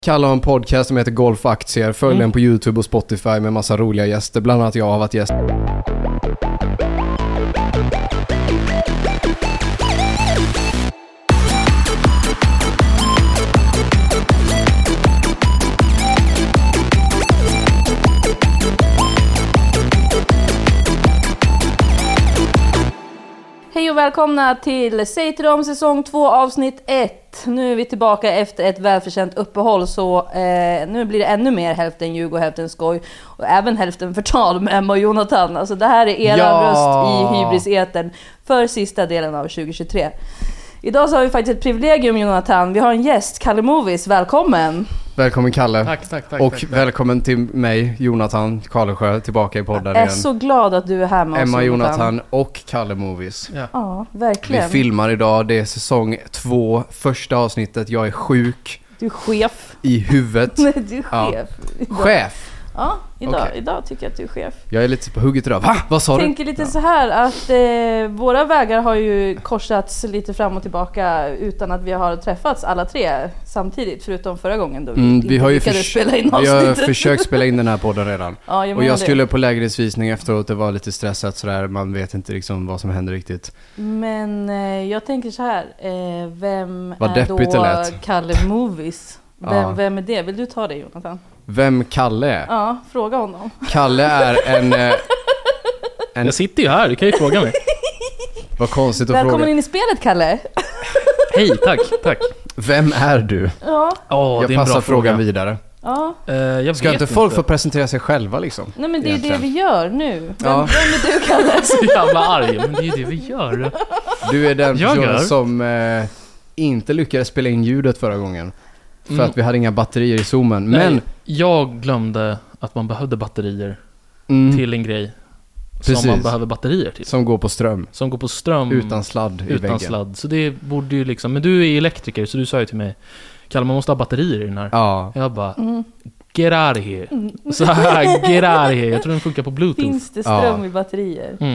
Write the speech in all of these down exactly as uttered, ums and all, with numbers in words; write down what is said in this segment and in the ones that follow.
Kalle har en podcast som heter Golfaktier. Följ mm. den på YouTube och Spotify med massa roliga gäster. Bland annat jag har varit gäst. Hej och välkomna till Säg till dem säsong två avsnitt ett. Nu är vi tillbaka efter ett välförtjänt uppehåll, så eh, nu blir det ännu mer hälften ljug och hälften skoj och även hälften förtal med Emma och Jonathan. Alltså det här är era ja. röst i Hybris-etern för sista delen av tjugo tjugotre. Idag så har vi faktiskt ett privilegium, Jonathan. Vi har en gäst, Kalle Movies. Välkommen! Välkommen Kalle. Tack, tack, tack. Och tack, tack. välkommen till mig, Jonathan Karlsjö, tillbaka i podden igen. Jag är så glad att du är här med oss, Emma, Jonathan. Jonathan och Kalle Movies. Ja, ja verkligen. Vi filmar idag, det är säsong två, första avsnittet. Jag är sjuk. Du är chef. I huvudet. Nej, du är chef. Ja. Chef? Ja, idag, okay. idag tycker jag att du är chef. Jag är lite på hugget idag. Va? Vad sa jag du? Jag tänker lite ja. så här att eh, våra vägar har ju korsats lite fram och tillbaka utan att vi har träffats alla tre samtidigt, förutom förra gången då vi mm, inte vi har ju lyckades förs- spela in avsnittet. Vi har försökt spela in den här podden redan. Ja, jag och jag det. skulle på lägesvisning efteråt, det var lite stressat sådär, man vet inte liksom vad som händer riktigt. Men eh, jag tänker så här, eh, vem vad är då Kalle Movies? Vem, ja. vem är det? Vill du ta det, Jonathan? Vem Kalle är? Ja, fråga honom. Kalle är en... Eh, en... Jag sitter ju här, du kan ju fråga mig. Vad konstigt att Välkommen fråga. in i spelet, Kalle. Hej, tack, tack. Vem är du? Ja. Oh, jag det är en passar bra frågan fråga. vidare. Ja. Uh, jag Ska inte folk inte. få presentera sig själva liksom? Nej, men det är egentligen det vi gör nu. Vem, ja. vem är du, Kalle? Jag är så jävla arg, men det är ju det vi gör. Du är den jag personen gör. som eh, inte lyckades spela in ljudet förra gången. För mm. att vi hade inga batterier i zoomen. Nej, men jag glömde att man behövde batterier mm. till en grej Precis. som man behöver batterier till. Som går på ström. Som går på ström. Utan sladd i Utan väggen. sladd. Så det borde ju liksom... Men du är elektriker, så du sa ju till mig, Kalle, man måste ha batterier i den här. Ja. Jag bara... Mm. Get out of here. Mm. Så här, get out of here. Jag tror den funkar på Bluetooth. Finns det ström ja. i batterier? Mm.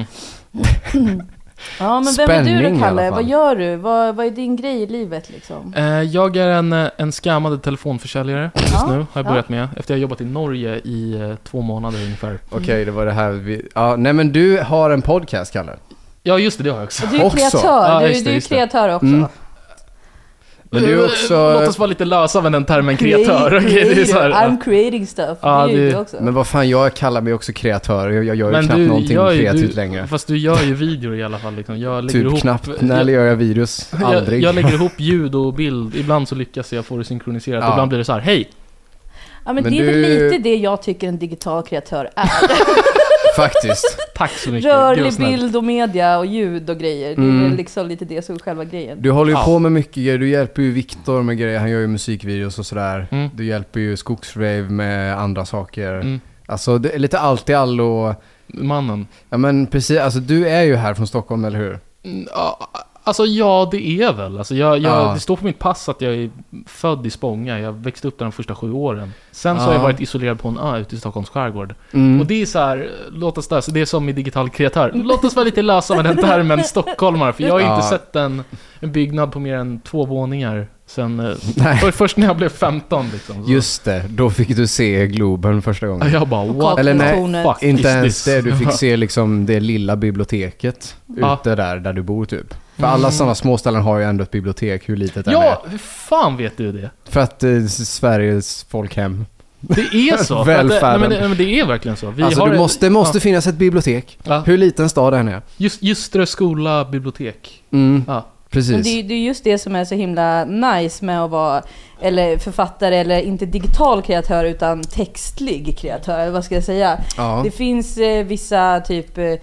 Ja, men vem Spänning, är du då, Kalle? Vad gör du? Vad, vad är din grej i livet liksom? Eh, jag är en, en scammad telefonförsäljare just ja, nu, har jag börjat ja. med. Efter jag har jobbat i Norge i eh, två månader ungefär. Okej, okay, det var det här vi... Ja, nej men du har en podcast, Kalle. Ja, just det, det har jag också. Du är kreatör, ja, du, det, du är kreatör också. Mm. Men du är också... Låt oss vara lite lösa med den termen kreatör. Creative, okay, det är så här, I'm creating stuff. Ja, det är det... du också. Men vad fan, jag kallar mig också kreatör. Jag, jag gör men ju knappt du, någonting gör ju, kreativt du, längre. Fast du gör ju videor i alla fall. Liksom. Jag lägger typ ihop, knappt. När jag, gör jag videos? Aldrig. Jag, jag lägger ihop ljud och bild. Ibland så lyckas jag få det synkroniserat. Ja. Ibland blir det så här, hej. Ja, men, men det är du... väl lite det jag tycker en digital kreatör är. Faktiskt. Tack så mycket. Rörlig bild och media och ljud och grejer. Det är mm. väl liksom lite det som är själva grejen. Du håller ju ja. på med mycket grejer. Du hjälper ju Viktor med grejer. Han gör ju musikvideos och sådär. Mm. Du hjälper ju Skogsrave med andra saker. Mm. Alltså det är lite allt i all och... Mannen. Ja men precis. Alltså du är ju här från Stockholm, eller hur? Mm, ja, alltså ja, det är väl. Alltså, jag, jag, ja. Det står på mitt pass att jag är född i Spånga. Jag växte upp där de första sju åren. Sen så ja. har jag varit isolerad på en ö ute i Stockholms skärgård. Mm. Och det är så här, låt oss lösa, det är som i digital kreatör. Låt oss vara lite lösa med den termen stockholmare. För jag har ja. inte sett en, en byggnad på mer än två våningar sen, för, först när jag blev femton liksom. Så. Just det, då fick du se Globen första gången. Jag bara, what? Eller nej, fuck inte ens this? det. Du fick se liksom det lilla biblioteket ja. ute där, där du bor typ. För alla sådana småställen har ju ändå ett bibliotek, hur litet det ja, är. Ja, hur fan vet du det? För att eh, Sveriges folkhem. Det är så. Välfärden. Att, nej, men det, men det är verkligen så. Vi alltså har du måste, det måste ja. finnas ett bibliotek. Ja. Hur liten stad den är. Just, Justre skola, bibliotek. Mm. Ja. Precis. Men det, är, det är just det som är så himla nice med att vara eller författare eller inte digital kreatör utan textlig kreatör, vad ska jag säga? Ja. Det finns eh, vissa typ eh,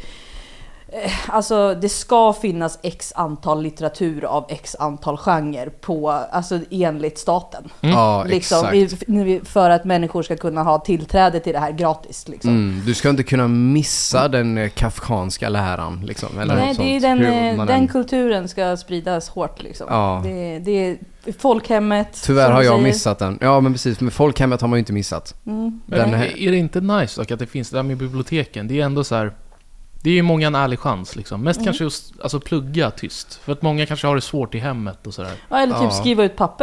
alltså det ska finnas x antal litteratur av x antal genre på, alltså enligt staten. Mm. Ja, liksom, exakt. För att människor ska kunna ha tillträde till det här gratis liksom. Mm, du ska inte kunna missa den kafkanska läran liksom, eller nej, något det är sånt. den, den än... kulturen ska spridas hårt liksom. Ja. Det, det är folkhemmet. Tyvärr har jag säger. missat den. Ja, men precis. Men folkhemmet har man ju inte missat. Mm. Den här... Är det inte nice att det finns det där med biblioteken? Det är ändå så här. Det är ju många en ärlig chans liksom. Mest mm. kanske just, alltså plugga tyst. För att många kanske har det svårt i hemmet och sådär. Ja, eller typ ja. skriva ut papper.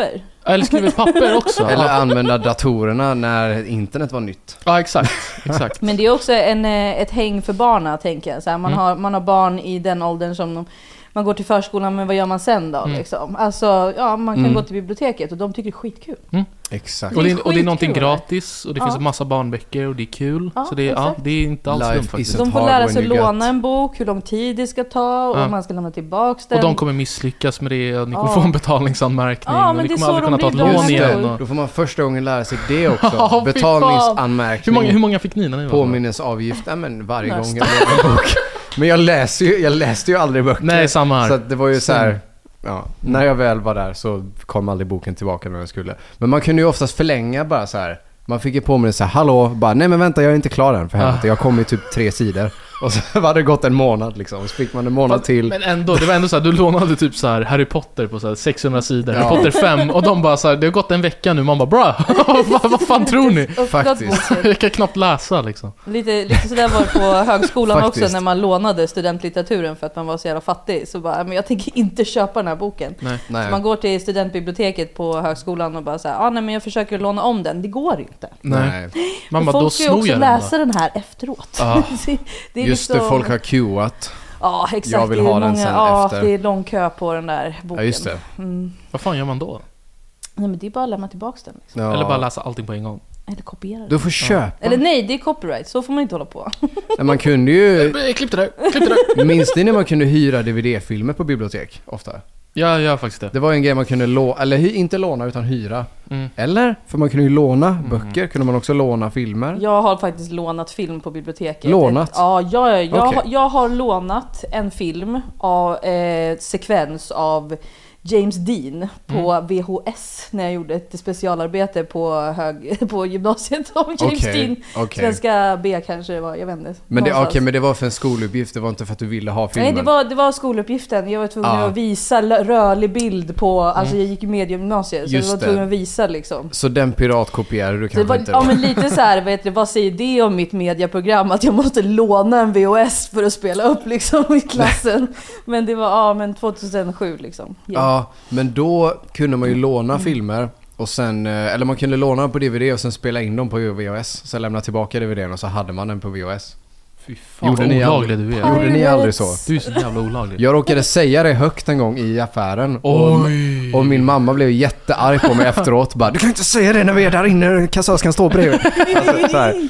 Eller skriva papper också. Eller använda datorerna när internet var nytt. Ja, exakt. exakt. Men det är också en, ett häng för barnen, tänker jag. Så här, man, mm. har, man har barn i den åldern som de, man går till förskolan, men vad gör man sen då? Mm. Liksom? Alltså, ja, man kan mm. gå till biblioteket och de tycker det är skitkul. Mm. Exakt. Och det, är, och det är någonting gratis och det ja. finns en massa barnböcker och det är kul. Ja, så det är, ja, det är inte alls dumt faktiskt. De får lära sig låna en bok, hur lång tid det ska ta och ja. man ska lämna tillbaka den. Och de kommer misslyckas med det och ni kommer ja. få en betalningsanmärkning ja, och ni kommer aldrig de kunna ta ett lån igen. Och... Då får man första gången lära sig det också. Ja, betalningsanmärkning. Hur många, hur många fick ni när ni var? Påminnelseavgift, ja, men varje gång jag lånade en bok. Men jag läste ju, jag läste ju aldrig böcker. Nej, samma här. Så att det var ju så här, ja, när jag väl var där så kom aldrig boken tillbaka när jag skulle. Men man kunde ju oftast förlänga bara så här. Man fick ju på mig så här, hallå, bara, nej men vänta, jag är inte klar än för helvete. Jag kom i typ tre sidor. Och så var det gått en månad liksom. Så fick man en månad till. Men ändå, det var ändå så här, du lånade typ så här Harry Potter på så här sexhundra sidor. Ja. Harry Potter fem. Och de bara så här, det har gått en vecka nu. Man bara, bra, vad, vad fan tror ni? Faktiskt. Jag kan knappt läsa liksom. Lite, lite sådär var det på högskolan också när man lånade studentlitteraturen för att man var så jävla fattig. Så bara, men jag tänker inte köpa den här boken. Nej. Så nej. man går till studentbiblioteket på högskolan och bara så här, ah, nej men jag försöker låna om den. Det går inte. Nej. Man bara, folk då ska ju också läsa den här efteråt. Ja. det är just liksom... det, folk har queuat. Ja, exakt. Jag vill det är ha många, den sen ja, efter. det är lång kö på den där boken. Ja, just det. Mm. Vad fan gör man då? Nej, men det är bara att lämna tillbaka den. Liksom. Ja. Eller bara läsa allting på en gång. Eller kopiera den. Du får köpa. Ja. Eller nej, det är copyright. Så får man inte hålla på. Men man kunde ju... Klipp det där, klipp det där. Minns ni när man kunde hyra D V D-filmer på bibliotek ofta? Ja, ja, faktiskt det. Det var en grej man kunde låna, eller hy- inte låna utan hyra. Mm. Eller? För man kunde ju låna Mm. böcker, kunde man också låna filmer. Jag har faktiskt lånat film på biblioteket. Lånat? Ja, jag, jag, Okay. jag har lånat en film av eh, sekvens av James Dean på mm. V H S när jag gjorde ett specialarbete på, hög, på gymnasiet om James okay. Dean. Okay. Svenska B kanske det var, jag vet inte. Men det, okay, men det var för en skoluppgift, det var inte för att du ville ha filmen. Nej, det var, det var skoluppgiften. Jag var tvungen ah. att visa rörlig bild på, alltså jag gick i mediegymnasiet så just jag var tvungen att visa liksom. Så den piratkopierade du kanske var, inte? Ja, men lite så här, vet du, vad säger det om mitt medieprogram att jag måste låna en V H S för att spela upp liksom i klassen. Men det var, ja men tjugohundrasju liksom. Ja. Ja, men då kunde man ju låna mm. filmer och sen, eller man kunde låna dem på D V D och sen spela in dem på V H S. Sen lämna tillbaka D V D:n och så hade man den på V H S. Fy fan, gjorde ni olaglig du är. Gjorde ni aldrig så? Du är så jävla olaglig. Jag råkade säga det högt en gång i affären. Och, och min mamma blev jättearg på mig efteråt. Bara, du kan inte säga det när vi är där inne. Kassörskan står bredvid. Alltså, så här.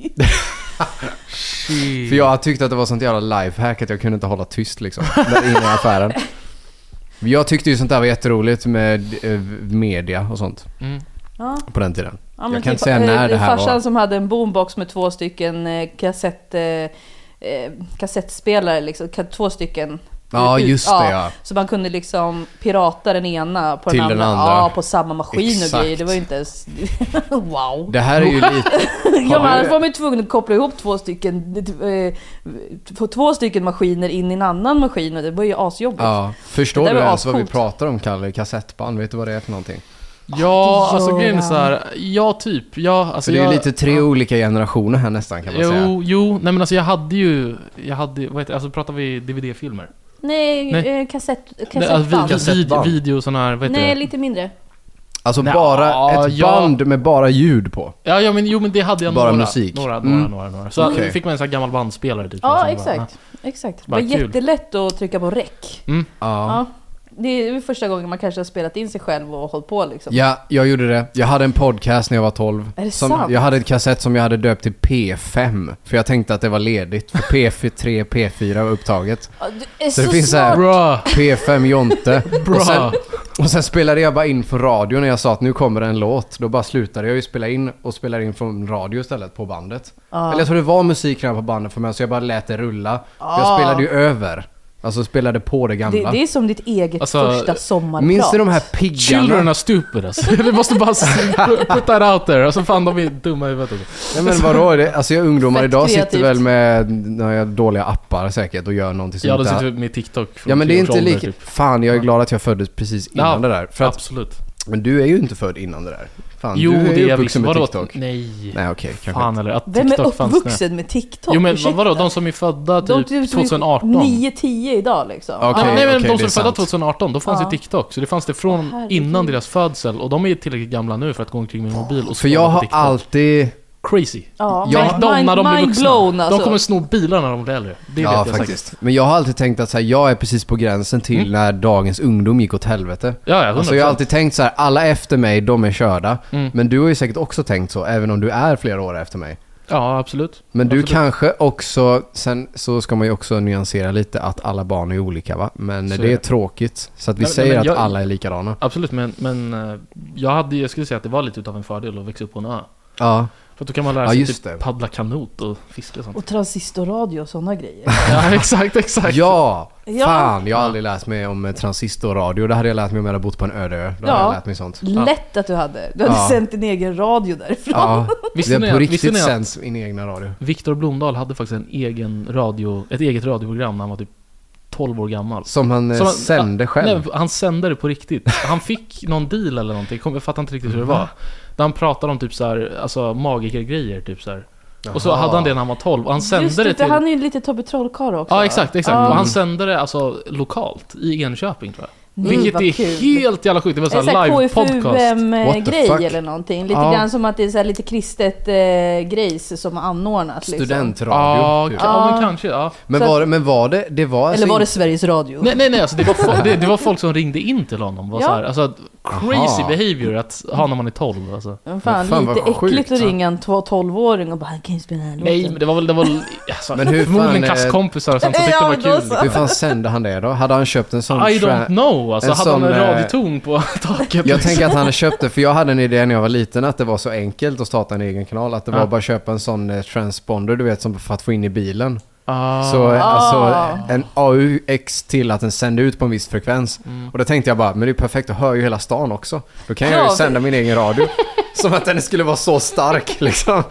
För jag tyckte att det var sånt jävla lifehack att jag kunde inte hålla tyst liksom. Där inne i affären. Jag tyckte ju sånt där var jätteroligt med eh, media och sånt. Mm. Ja. På den tiden. Ja, jag kan typ, inte säga när det här farsan var. som hade en boombox med två stycken eh, kassett, eh, eh, kassettspelare liksom, två stycken. Ja, just det, ja. Så man kunde liksom pirata den ena på till den andra. Den andra. Ja, på samma maskin. Exakt. Och grejer. Det var ju inte ens... Wow. Det här är ju lite... Ja, men annars var man ju tvungen att koppla ihop två stycken eh, två stycken maskiner in i en annan maskin och det var ju asjobbigt. Ja, förstår du ens vad vi pratar om, Kalle? Kassettband, vet du vad det är för någonting? Ja, alltså grejen är så här, ja typ, ja alltså för det är jag, ju lite tre ja. olika generationer här nästan kan man jo, säga. Jo, nej men alltså jag hade ju, jag hade, vad heter, alltså pratar vi D V D-filmer? Nej, nej. Eh, kassett, kassettband. Nej, alltså, video, video sån här, vad heter Nej, det? lite mindre. Alltså nej, bara ett ja. band med bara ljud på. Ja, ja men jo men det hade jag bara några, musik. några, några, mm. några, några. Så okay. fick man en sån här gammal bandspelare typ. Ja, exakt. Bara, exakt. Det var kul. Jättelätt att trycka på rec. Mm. Ja. Ja. Det är första gången man kanske har spelat in sig själv och hållit på liksom. Ja, jag gjorde det. Jag hade en podcast när jag var tolv. Är det som, sant? Jag hade ett kassett som jag hade döpt till P fem. För jag tänkte att det var ledigt. För P tre, P fyra var upptaget. Ja, det är så, så det finns så här P fem Jonte. och, sen, och sen spelade jag bara in för radio när jag sa att nu kommer en låt. Då bara slutade jag ju spela in och spelade in från radio istället på bandet. Ah. Eller jag tror det var musik redan på bandet för mig så jag bara lät det rulla. Ah. Jag spelade ju över. Alltså spelade på det gamla. Det, det är som ditt eget alltså, första sommarprat. Minns du de här piggarna? Children are stupid alltså. Vi måste bara put that out there. Alltså fan de är dumma i huvudet. Ja men vadå? Det, alltså jag ungdomar idag kreativt. Sitter väl med några dåliga appar säkert och gör någonting sånt ja, där. Ja, de sitter med TikTok. Ja men det är inte lika... Typ. Fan, jag är glad att jag föddes precis innan ja, det där. För absolut. Att, men du är ju inte född innan det där. Fan, Jo, du är det ju är uppvuxen visst. med Vadå? TikTok. Nej. Nej, okej. Okay, Fan, eller att Vem är TikTok fanns uppvuxen med TikTok? Jo, men Ursäkta. vadå? De som är födda De typ som är tjugoarton. nio tio idag liksom. Okej. Ja, nej, men okej, de det som är är födda sant. tjugoarton, då fanns Ja. ju TikTok. Så det fanns det från Åh, herregud. innan deras födsel. Och de är tillräckligt gamla nu för att gå omkring med en mobil och För jag scrolla på har TikTok. alltid... Crazy. Ja, Jag- Tänk dem när de blir mind vuxna. blown, alltså. De kommer sno bilar när de blir äldre. Det Ja, vet jag faktiskt. säkert. Men jag har alltid tänkt att så här, jag är precis på gränsen till Mm. när dagens ungdom gick åt helvete. Ja, ja, hundra procent. Alltså jag har alltid tänkt så här, alla efter mig, de är körda. Mm. Men du har ju säkert också tänkt så, även om du är flera år efter mig. Ja, absolut. Men du Absolut. kanske också, sen så ska man ju också nyansera lite att alla barn är olika va? Men Så det är är det. tråkigt. Så att vi Nej, säger nej, men att jag- alla är likadana. Absolut, men, men eh, jag, hade, jag skulle säga att det var lite utav en fördel att växa upp på en ö. Ja, För att då kan man lära Ja, sig just typ det. paddla kanot och fiska och sånt. Och transistorradio och sådana grejer. Ja, exakt, exakt. ja! Ja. Fan, jag har Ja. aldrig lärt mig om eh, transistorradio. Det hade jag lärt mig om jag hade bott på en öde ö. Då Ja. hade jag lärt mig sånt. Lätt att du hade. Du hade Ja. sänt din egen radio därifrån. Ja, Visste det ni är på att- visste riktigt ni att- sänds min egna radio. Viktor Blomdahl hade faktiskt en egen radio, ett eget radioprogram när han var typ tolv år gammal. Som han eh, Som han- sände själv. Nej, han sände det på riktigt. Han fick någon deal eller någonting. Kom- Jag fattar inte riktigt hur det var. Där han pratade om typ så här, alltså magikergrejer typ så här. Och så Jaha. hade han det när han var tolv och han sände Just det, det, till... för han är ju lite Tobbe Trollkarl också. Ja, exakt, exakt. Ja. Och han sände det alltså lokalt i Enköping tror jag. Nej, Vilket vad är kul. helt jävla sjukt. Det var Det är så här live podcast. What the K F U M-grej fuck? eller någonting. Lite Ja. grann som att det är så här lite kristet eh, grejs som anordnas. Liksom. Studentradio. Ja, typ. ja, men Ja. kanske, ja. Men Så var, att- det, men var det, det var alltså Eller var det inte- Sveriges Radio? Nej, nej, nej, alltså det var, fo- det, det var folk som ringde in till honom. Var Ja. så här, alltså crazy Aha. behavior att ha när man är tolv. Alltså. Men fan, Fan, vad lite äckligt sjukt, att så. ringa en två- tolvåring och bara kan ju spela den här låten. Nej, men det var väl, det var alltså, Men hur förmodligen fan, eh, klasskompisar som tyckte Ja, det då var så. kul. Hur fan sände han det då? Hade han köpt en sån... I tra- don't know, alltså en hade han en sån, eh, radioton på taket. Jag liksom. tänker att han hade köpt det, för jag hade en idé när jag var liten att det var så enkelt att starta en egen kanal. Att det Ja. var bara att köpa en sån eh, transponder, du vet, som för att få in i bilen. Ah. Så eh, Ah. alltså en A U X till att den sände ut på en viss frekvens. Mm. Och då tänkte jag bara, men det är perfekt, att höra ju hela stan också. Då kan jag Ja, ju för- sända min egen radio. Som att den skulle vara så stark liksom.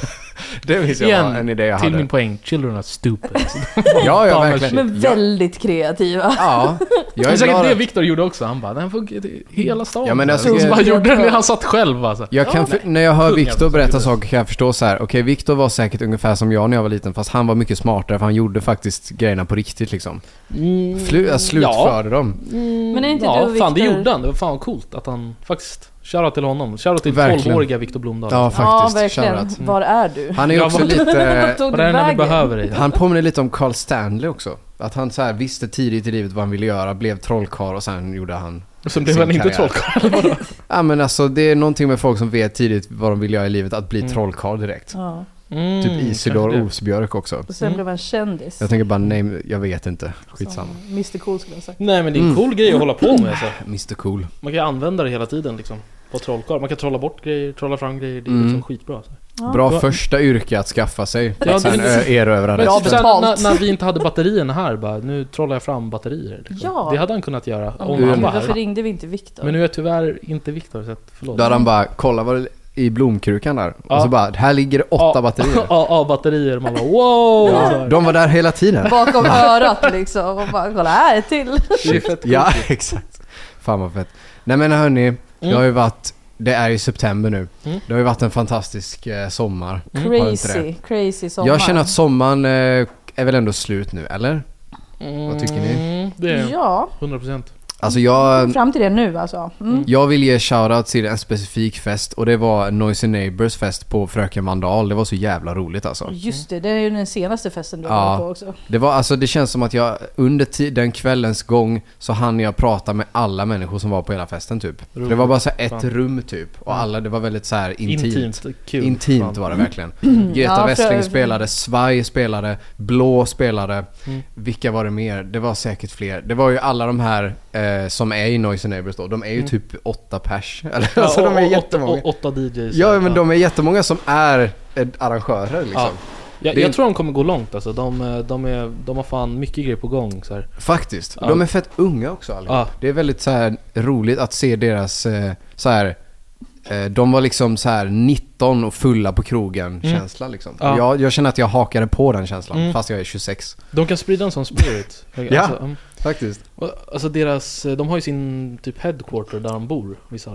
Det minns jag var Igen, en idé jag till hade. min poäng, children are stupid. Ja, ja, Barn- verkligen. Men väldigt kreativa. Ja, jag Det är är säkert glad det att- Viktor gjorde också. Han bara, den funkar i hela stan. Ja, men alltså, så jag- bara jag- gjorde den, han satt själv alltså. Jag kan Ja, för, nej. när jag hör Kung Viktor jävla berätta som saker kan jag förstå så här. Okej, Viktor var säkert ungefär som jag när jag var liten, fast han var mycket smartare för han gjorde faktiskt grejerna på riktigt liksom. Mm, Flu, jag slutförde dem. Mm, Men är inte ja, du och fan det Viktor- gjorde han. Det var fan coolt att han faktiskt... Shoutout till honom. Shoutout till Verkligen. tolv-åriga Viktor Blomdahl. Ja, Ja, faktiskt. verkligen. Shoutout. Var är du? Han är ju Ja, också vad- lite... Vart tog Och du det är när vi vägen? behöver dig. Han påminner lite om Carl Stanley också. Att han så här visste tidigt i livet vad han ville göra, blev trollkarl och sen gjorde han... Så blev sin han inte karriär. trollkarl eller vadå? Ja men alltså det är någonting med folk som vet tidigt vad de vill göra i livet, att bli Mm. trollkarl direkt. Ja. Mm, Typ Isidor kanske det. Osbjörk också. Och sen Mm. blev han kändis. Jag tänker bara, nej, jag vet inte. Skitsamma. Som mister Cool skulle jag säga. Nej men det är en Mm. cool grej att hålla på med alltså. mister Cool. Man kan ju använda det hela tiden liksom. På trollkarl. Man kan trolla bort grejer, trolla fram grejer. Det är Mm. liksom skitbra alltså. Ja. Bra Ja. första yrke att skaffa sig. Ja, Att sen det- ö- erövra Men Bra typ resten. såhär, betalt. när, när vi inte hade batterierna här bara, nu trollar jag fram batterier liksom. Ja. Det hade han kunnat göra Ja, om men han var varför här. ringde vi inte Viktor? Men nu är jag tyvärr inte Viktor så att, förlåt. Då hade han bara, kolla vad det i blomkrukan där. Ja. Och så bara, här ligger det åtta Ja. batterier. Ja, ja, batterier. Man bara wow! Så Ja, här. de var där hela tiden. Bakom örat liksom. Och bara, kolla här ett till. Det är fett Ja, coolt. exakt. Fan vad fett. Nej men hörni, det har ju varit, det är ju september nu. Mm. Det har ju varit en fantastisk eh, sommar. Mm. Har inte Crazy, crazy sommar. Jag känner att sommaren eh, är väl ändå slut nu, eller? Mm, Vad tycker ni? Det är Ja, hundra procent. Alltså jag, fram till det nu alltså. Mm. jag vill ge shoutout till en specifik fest och det var Noisy Neighbors fest på Fröken Vandal. Det var så jävla roligt alltså. Just det, det är ju den senaste festen du Ja. har varit på också. Det var alltså, det känns som att jag under ti- den kvällens gång så hann jag prata med alla människor som var på hela festen typ. För det var bara så här ett Fan. rum typ och alla, det var väldigt så här intimt. Intimt. Kul. Intimt Fan. var det verkligen. Greta Ja, för- Westling spelade, Svaj spelade, Blå spelade. Mm. Vilka var det mer? Det var säkert fler. Det var ju alla de här eh, som är i Noisy Neighbors då. De är ju Mm. typ åtta pers. Eller, Ja, alltså de är och- jättemånga. och- Åtta D Js. Ja men de är jättemånga som är eh, arrangörer liksom. Ja. Jag, Det är- jag tror de kommer gå långt alltså. De, eh, de, är, de har fan mycket grejer på gång så här. Faktiskt. Ja. De är fett unga också allihop. Ja. Det är väldigt så här roligt att se deras eh, så här. Eh, de var liksom så här nitton och fulla på krogen Mm. känsla liksom. Ja. Jag, jag känner att jag hakade på den känslan Mm. fast jag är tjugosex. De kan sprida en sån spirit. Ja. Alltså, um, Faktiskt. och- alltså deras, de har ju sin typ headquarter där de bor, vissa av dem.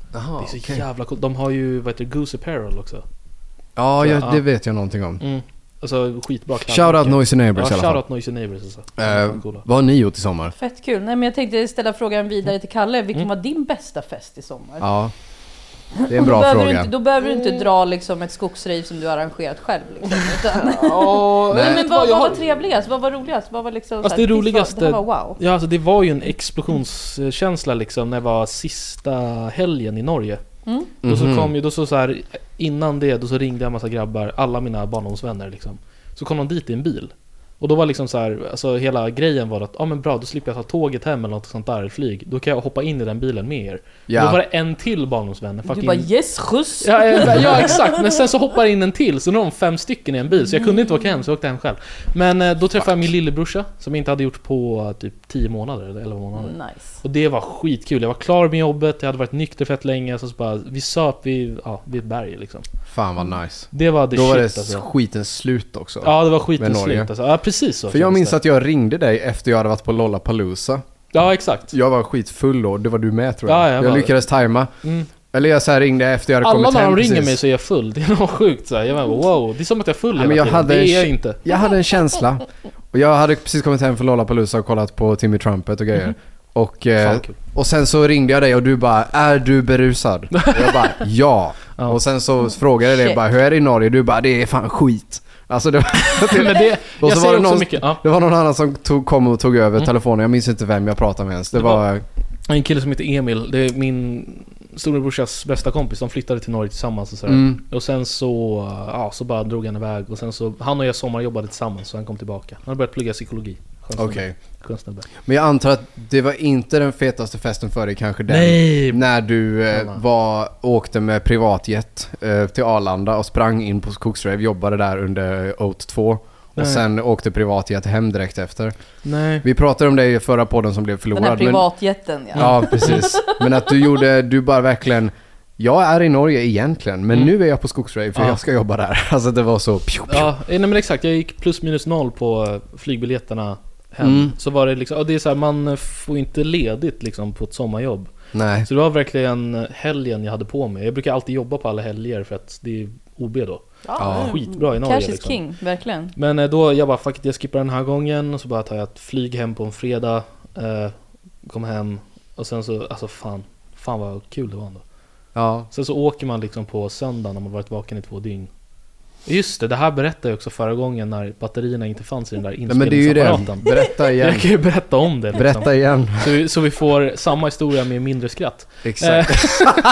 Aha, Det är så okay. jävla coolt. De har ju, vad heter det, Goose Apparel också. Ja, Så, jag, ja. det vet jag någonting om. Mm. Alltså skitbra kläder. Shout out Noisy Neighbors ja, i alla fall. shout out Noisy Neighbors alltså. Uh, vad har ni gjort i sommar? Fett kul. Nej, men jag tänkte ställa frågan vidare till Kalle. Vilken Mm. var din bästa fest i sommar? Ja, det är en Och då bra behöver fråga. Du inte, då behöver du inte dra liksom ett skogsrave som du har arrangerat själv. Liksom, utan... Oh, Nej, Nej. men vad, vad var trevligast? Vad var roligast? Vad var liksom Alltså, så här, det roligaste- Det här var wow. Ja, alltså det var ju en explosionskänsla liksom när det var sista helgen i Norge. Mm. Då så Mhm. kom ju, då så, så här, innan det, då så ringde jag en massa grabbar, alla mina barndomsvänner liksom. Så kom de dit i en bil. Och då var liksom så här, alltså hela grejen var att, ja ah, men bra, då slipper jag ta tåget hem eller något sånt där, flyg. Då kan jag hoppa in i den bilen med er. Ja. Och då var det en till barndomsvänner. Du fucking- bara yes, skjuts! Ja, ja, ja exakt, men sen så hoppar in en till. Så nu är de fem stycken i en bil. Så jag kunde inte åka hem, så jag åkte hem själv. Men eh, då träffade jag min lillebrorsa, som jag inte hade gjort på uh, typ tio månader eller elva månader. Nice. Och det var skitkul, jag var klar med jobbet. Jag hade varit nykter fett länge. Så, så bara, vi söp vid, ja, vid ett berg liksom. Fan vad nice. Det var det Då shit var det alltså. skitens slut också. Ja, det var med skitens Norge. slut alltså. Ja, precis så. För jag kändes minns det. att jag ringde dig efter jag hade varit på Lollapalooza. Ja, exakt. Jag var skitfull då, det var du med tror jag. Ja, jag jag var- lyckades tajma. Mm. Eller jag så här ringde efter jag hade Alla kommit när hem de ringer precis. mig så är jag full. Det är nog sjukt så här. Jag bara, wow, det är som att jag är full Ja, hela men jag tiden. hade Det en är jag kä- inte. Jag hade en känsla. Och jag hade precis kommit hem från Lollapalooza och kollat på Timmy Trumpet och grejer. Mhm. Och, eh, Fan, kul. och sen så ringde jag dig och du bara, är du berusad? Och jag bara, ja. Ja. Och sen så frågade jag dig Shit. bara, hur är det i Norge? Du bara, det är fan skit. Alltså det var... Men det, Och jag så säger var det också någon, mycket. Ja. det var någon annan som tog, kom och tog över Mm. telefonen. Jag minns inte vem jag pratade med ens. Det, Det var... var- En kille som heter Emil, det är min storebrorsas bästa kompis. De flyttade till Norge tillsammans och sådär. Mm. Och sen så, ja, så bara drog han iväg. Och sen så, han och jag sommarjobbade tillsammans så han kom tillbaka. Han hade börjat plugga psykologi. Okej. Okay. Skön Men jag antar att det var inte den fetaste festen för dig kanske den. Nej! När du eh, Mamma. var, åkte med privatjet eh, till Arlanda och sprang in på Skogsrave, jobbade där under O T två. Och Nej. sen åkte privatjet hem direkt efter. Nej. Vi pratade om det i förra podden som blev Den förlorad. här privatjätten, ja. Men, ja, precis. Men att du gjorde, du bara verkligen... Jag är i Norge egentligen, men Mm. nu är jag på Skogsrave för Ja. jag ska jobba där. Alltså det var så... Pju, pju. Ja, nej men exakt. Jag gick plus minus noll på eh, flygbiljetterna hem. Mm. Så var det liksom, ja, det är så här, man får inte ledigt liksom på ett sommarjobb. Nej. Så det var verkligen helgen jag hade på mig. Jag brukar alltid jobba på alla helger för att det är O B då. Ja, mm. skitbra i Norge, Cash is liksom. king, verkligen. Men eh, då, jag bara fuck it, jag skippar den här gången. Och så bara tar jag ett flyg hem på en fredag. Eh, kom hem. Och sen så, alltså fan. Fan vad kul det var ändå. Ja. Sen så åker man liksom på söndag när man varit vaken i två dygn. Just det, det här berättade jag också förra gången när batterierna inte fanns i den där Nej, men det är ju det. inspelningsapparaten. Berätta igen. Jag kan ju berätta om det liksom. Berätta igen. Så, vi, så vi får samma historia med mindre skratt. Exakt.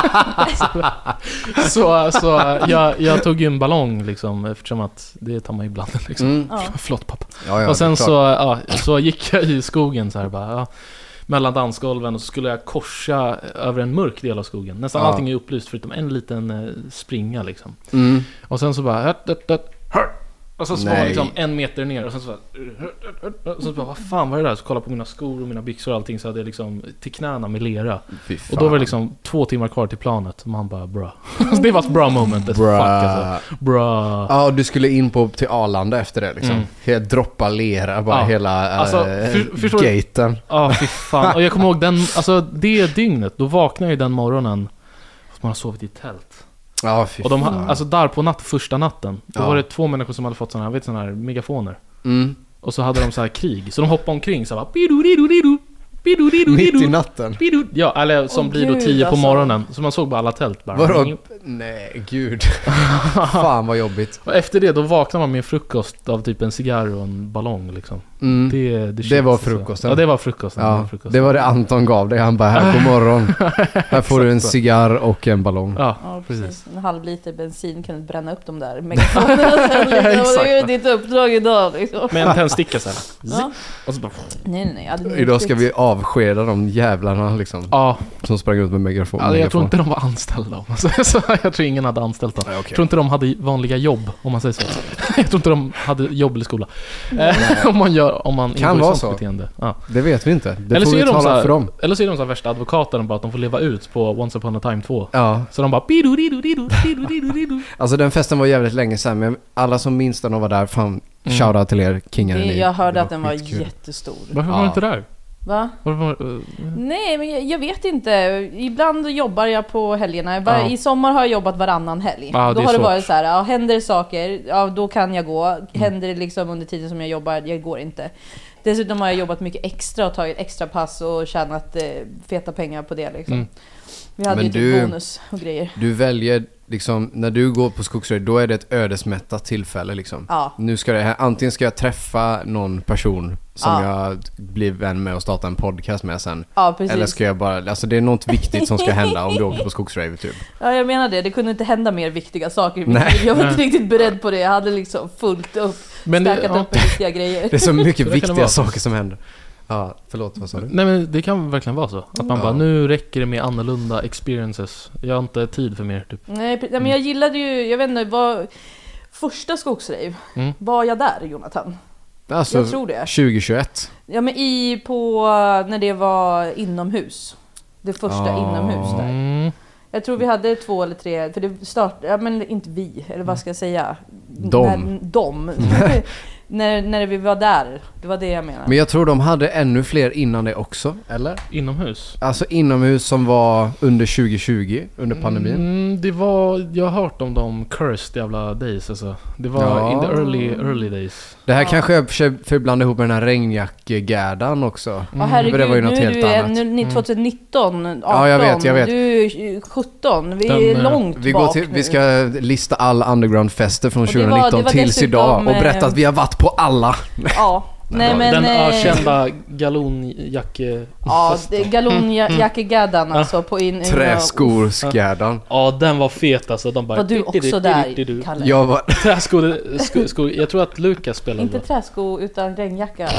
Så, så jag, jag tog ju en ballong liksom, eftersom att det tar man ju ibland liksom. Mm. Ja. Förlåt pappa. Ja, ja, och sen det är så, ja, så gick jag i skogen så här bara, ja, mellan dansgolven och så skulle jag korsa över en mörk del av skogen. Nästan Ja. allting är upplyst förutom en liten eh, springa liksom. Mm. Och sen så bara hört, hört, hört, hört. Och så, så var Nej. man liksom en meter ner och sen så bara, hört, hört, hört. Och så bara, vad fan var det där? Så kollade på mina skor och mina byxor och allting, så hade jag liksom till knäna med lera. Fy fan. Och då var det liksom två timmar kvar till planet. Och man bara, bra. Alltså, det var ett bra moment. Ett fuck Bra. alltså. Bra. Ja, och du skulle in på, till Arlanda efter det liksom. Mm. Helt droppa lera, bara Ja. hela äh, Alltså, för- förstår du- gaten. Ja, fy fan. Och jag kommer ihåg den, alltså det dygnet, då vaknade ju den morgonen. Fast man har sovit i tält. Ja, fy Och de, ha- fan. alltså där på natt, första natten, då Ja. var det två människor som hade fått såna här, vet såna här megafoner. Mm. Och så hade de så här krig. Så de hoppade omkring så här bara, bidu-didu-didu, bidu-didu-didu, Mitt i natten. bidu. Ja, eller som Åh, blir då gud, tio på alltså. morgonen. Så man såg bara alla tält bara. Vadå? Nej, gud. Fan vad jobbigt. Och efter det, då vaknade man med en frukost av typ en cigarr och en ballong liksom. Mm. Det, det, Det shit, var alltså. frukosten. Ja, det var frukosten. det var Ja, frukosten. det var det Anton gav dig. Han bara, här, god morgon. Här får du en Exakt så. cigarr och en ballong. Ja, Ja, precis. precis. En halv liter bensin kan du bränna upp de där megafonerna sen. Liksom. Exakt. Det är ju ditt uppdrag idag liksom. Med en tändsticka så här. Ja. Och så bara, Nej, nej, nej. Ja, det är Idag ska riktigt. vi avskeda de jävlarna liksom. ja, Som sprang ut med megafon. alltså, jag tror inte de var anställda. Alltså, så jag tror ingen hade anställt dem. Nej, Jag okej. tror inte de hade vanliga jobb, om man säger så. Jag tror inte de hade jobb eller skola. Eh, om man gör, om man Kan ingår i vara sånt så. beteende. Ja. Det vet vi inte. Det Eller får så vi är de tala så här- för dem. Eller så är de så här värsta advokaterna, bara att de får leva ut på Once upon a time två. Ja. Så de bara bidu didu didu didu didu didu. Alltså den festen var jävligt länge sedan, men alla som minns den och var där, fan, Mm. shoutout till er, kingar Det, ni. jag hörde Det att den var skitkul. jättestor. Varför var Ja. du inte där? Va? Var, var, uh, Nej, men jag, jag vet inte. Ibland jobbar jag på helgerna. Var, Ja. I sommar har jag jobbat varannan helg. Ja, det då är har det svårt. varit så här, ja, händer det saker, ja, då kan jag gå. Händer det liksom under tiden som jag jobbar, jag går inte. Dessutom har jag jobbat mycket extra och tagit extra pass och tjänat eh, feta pengar på det liksom. Mm. Vi hade Men ju typ du- bonus och grejer. Du väljer liksom, när du går på skogsröj, då är det ett ödesmättat tillfälle liksom. Ja. Nu ska det här, antingen ska jag träffa någon person som Ja. jag blir vän med och starta en podcast med sen. Ja, precis. Eller ska jag bara, alltså det är något viktigt som ska hända om du åker på skogsrave typ. Ja, jag menar det. Det kunde inte hända mer viktiga saker i mitt Nej. liv. Jag var inte Nej. riktigt beredd på det. Jag hade liksom fullt upp, Men det- stackat ja. upp med viktiga grejer. Det är så mycket Så det kan det viktiga vara. saker som händer. Ja, förlåt, vad sa du? Nej men det kan verkligen vara så. Att man Ja. bara, nu räcker det med annorlunda experiences. Jag har inte tid för mer typ. Nej, pre- nej, men jag gillade ju, jag vet inte, vad... Första skogsrave, Mm. var jag där, Jonathan? Alltså, Jag tror det. tjugohundratjugoett. Ja, men i på, när det var inomhus. Det första Ah. inomhus där. Mm. Jag tror vi hade två eller tre, för det startade, ja men inte vi, eller vad ska jag säga? De. När, de. när, när vi var där, det var det jag menade. Men jag tror de hade ännu fler innan det också, eller? Inomhus. Alltså inomhus som var under tjugotjugo, under pandemin. Mm, det var, jag har hört om de cursed jävla days alltså. Det var Ja. in the early, early days. Det här Ja. kanske jag för- förblandar ihop med den här regnjackegärdan också. Ja, För herregud, det var ju något nu är helt du en- annat. nu, ni- tjugonitton, arton, Ja, jag vet, jag vet. du är sjutton, vi Den, är eh, långt Vi, bak går till, nu. vi ska lista alla underground-fester från Och det var- tjugonitton det var tills dessutom, idag och eh, berätta att vi har varit på alla. Ja, nej men... Den eh, ökända galonjacke. Ja, det är galonjackegaddan alltså på in... Träskorsgärdan. Ja, den var fet alltså. De bara... Var du också där, Kalle? Jag var... Träskor, sko, sko, jag tror att Lukas spelade. Inte Inte träsko utan regnjacka.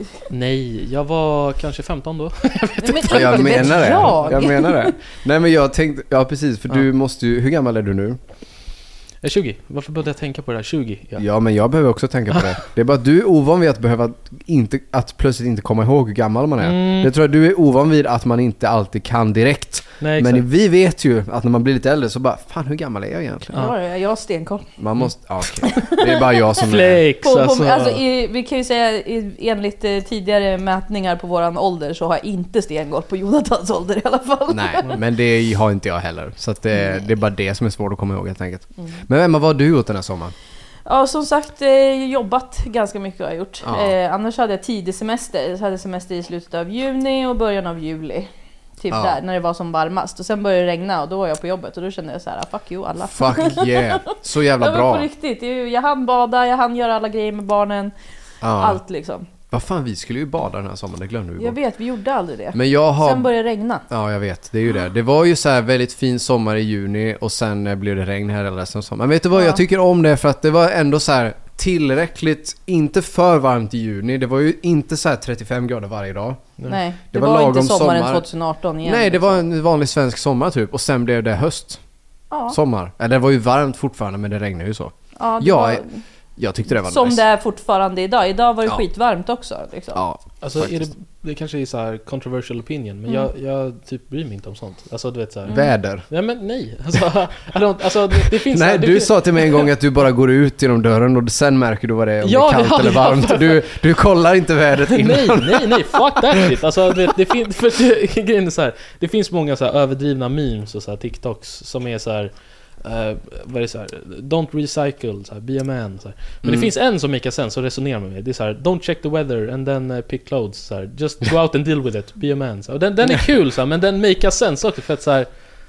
Nej, jag var kanske femton då. Nej, men inte Jag vet menar det. jag. Jag menar det. Nej men jag tänkte, ja precis, för Ja. du måste ju, hur gammal är du nu? Jag är tjugo. Varför började jag tänka på det här? tjugo? Ja. Ja men jag behöver också tänka på det. Det är bara att du är ovan vid att behöva inte, att plötsligt inte komma ihåg hur gammal man är. Mm. Det tror jag du är ovan vid att man inte alltid kan direkt. Nej, exakt. Men vi vet ju att när man blir lite äldre så bara, fan hur gammal är jag egentligen? Ja, jag har stenkoll. Man måste, ja, okej. Det är bara jag som är... Flex På, på, alltså. alltså, i, vi kan ju säga i, enligt eh, tidigare mätningar på våran ålder så har jag inte stenkoll på Jonathans ålder i alla fall. Nej, men det har inte jag heller. Så att det, det är bara det som är svårt att komma ihåg helt enkelt. Mm. Men Emma, vad har du gjort den här sommaren? Ja, som sagt, eh, jobbat ganska mycket har jag gjort. Ja. Eh, annars hade jag tidig semester. Jag hade semester i slutet av juni och början av juli. Typ Ja. där, när det var som varmast. Och sen började det regna och då var jag på jobbet och då kände jag så här: fuck you alla. Fuck yeah, så jävla Jag var på bra. riktigt. Jag hann bada, jag hann göra alla grejer med barnen. Ja. Allt liksom. Vad fan, vi skulle ju bada den här sommaren, det glömde vi Jag bort. vet, vi gjorde aldrig det. Men jag har... Sen började det regna. Ja, jag vet. Det är ju det. Det var ju så här väldigt fin sommar i juni och sen eh, blev det regn här hela resten av sommaren. Men vet du vad? Ja. Jag tycker om det för att det var ändå så här tillräckligt, inte för varmt i juni. Det var ju inte så här trettiofem grader varje dag. Nej, det, Det var var, inte lagom sommaren sommar. tjugoarton igen. Nej, det liksom. var en vanlig svensk sommar typ. Och sen blev det höst. Ja, Sommar. Eller det var ju varmt fortfarande, men det regnade ju så. ja, det Ja, var, Jag tyckte det var som nice. det är fortfarande idag. Idag var det Ja. skitvarmt också. Liksom. Ja, Alltså är det, faktiskt. det kanske är så här controversial opinion, men Mm. jag, jag typ bryr mig inte om sånt. Alltså du vet så här. Väder. Nej men nej. Alltså, I don't, alltså det, det finns Nej, det du finns, sa till mig en gång att du bara går ut genom dörren och sen märker du vad det är, om Ja, det är kallt ja, eller ja, varmt. för- Du, du kollar inte vädret innan. Nej, nej, nej, fuck that shit. Alltså du vet, det finns, för det, grejen är så här, det finns många så här överdrivna memes och så här TikToks som är så här. Uh, vad är det så här? Don't recycle, så här, be a man så här. Men Mm. det finns en som make sense och resonerar med mig. Det är så här: don't check the weather and then uh, pick clothes så här. Just go out and deal with it, be a man så här. Och den, den är kul så här, men den make sense också för att så här.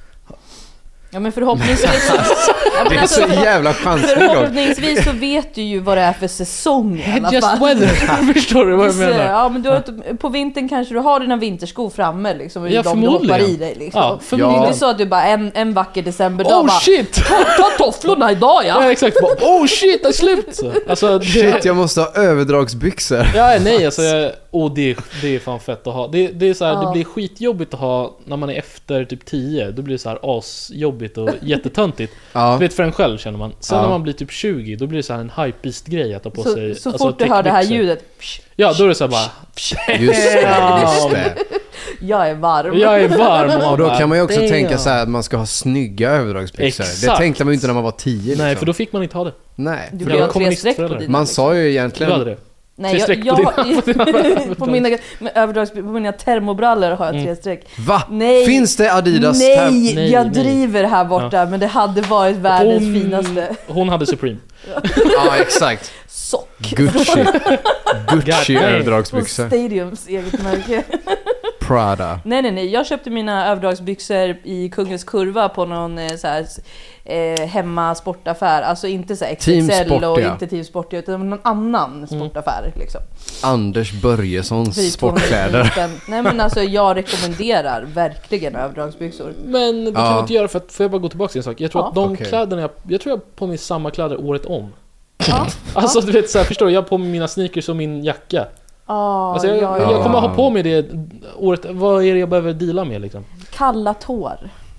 Ja, men förhoppningsvis så, ja, men Det är alltså, så jävla chansning dock. förhoppningsvis så vet du ju vad det är för säsong i alla Just fall. weather, förstår du vad jag Så, menar? ja, men du har, ett- på vintern kanske du har dina vinterskor framme liksom, och Ja, de du hoppar förmodligen. i dig liksom. Ja, Det är förmodligen. inte så att du bara en, en vacker decemberdag Oh bara shit! ta, ta tofflorna idag Ja ja! exakt, bara, oh shit, det är slut! Så. Alltså, det, Shit, jag måste ha överdragsbyxor. ja, nej alltså, jag, oh, det, det är fan fett att ha. Det, det är så här, Ja. det blir skitjobbigt att ha när man är efter typ tio. Då blir det så här asjobbigt och jättetöntigt. Ja. Du vet, för en själv känner man. Sen Ja. när man blir typ tjugo, då blir det så här en hypebeast-grej att ta på Så, sig. så alltså, fort du hör det här täckbyxor. ljudet, psh, Ja, då är det så här bara, Just det, just det. jag är varm. jag är varm. Och då kan man ju också Damn. tänka så här att man ska ha snygga överdragsbyxor. Det Exakt. tänkte man ju inte när man var tio liksom. Nej, för då fick man inte ha det. Du Nej, vill för ju då, ha tre streck på kommunistföräldrar. dina. man liksom. sa ju Du hade egentligen... det. Nej, jag, streck jag, på jag på, mina, med överdrags, på mina termobrallor har jag tre Mm. streck. Va? Nej. Finns det Adidas? Nej, term- Nej, jag nej. driver här borta, ja. Men det hade varit världens hon, finaste. Hon hade Supreme. Ja, exakt. Sock. Gucci. Gucci God, nej. På överdragsbyxor. Stadiums eget märke. Prada. Nej, nej, nej. Jag köpte mina överdragsbyxor i Kungens Kurva på någon eh, så här, eh, hemma sportaffär. Alltså inte så här X X L Team och Sportia. inte Team Sportia, utan någon annan sportaffär. Liksom. Anders Börjessons För sportkläder. tvåhundrafem. Nej, men alltså jag rekommenderar verkligen överdragsbyxor. Men det kan Ja. vi inte göra för att, får jag bara gå tillbaka till en sak? Jag tror Ja. att de Okej. kläderna, jag, jag tror jag har på mig samma kläder året om. Ja. Alltså du vet så här, förstår du? Jag har på mig mina sneakers och min jacka. Ah, Alltså, jag, ja, jag ja. kommer ha på mig det året. Vad är det jag behöver deala med liksom? Kalla tår.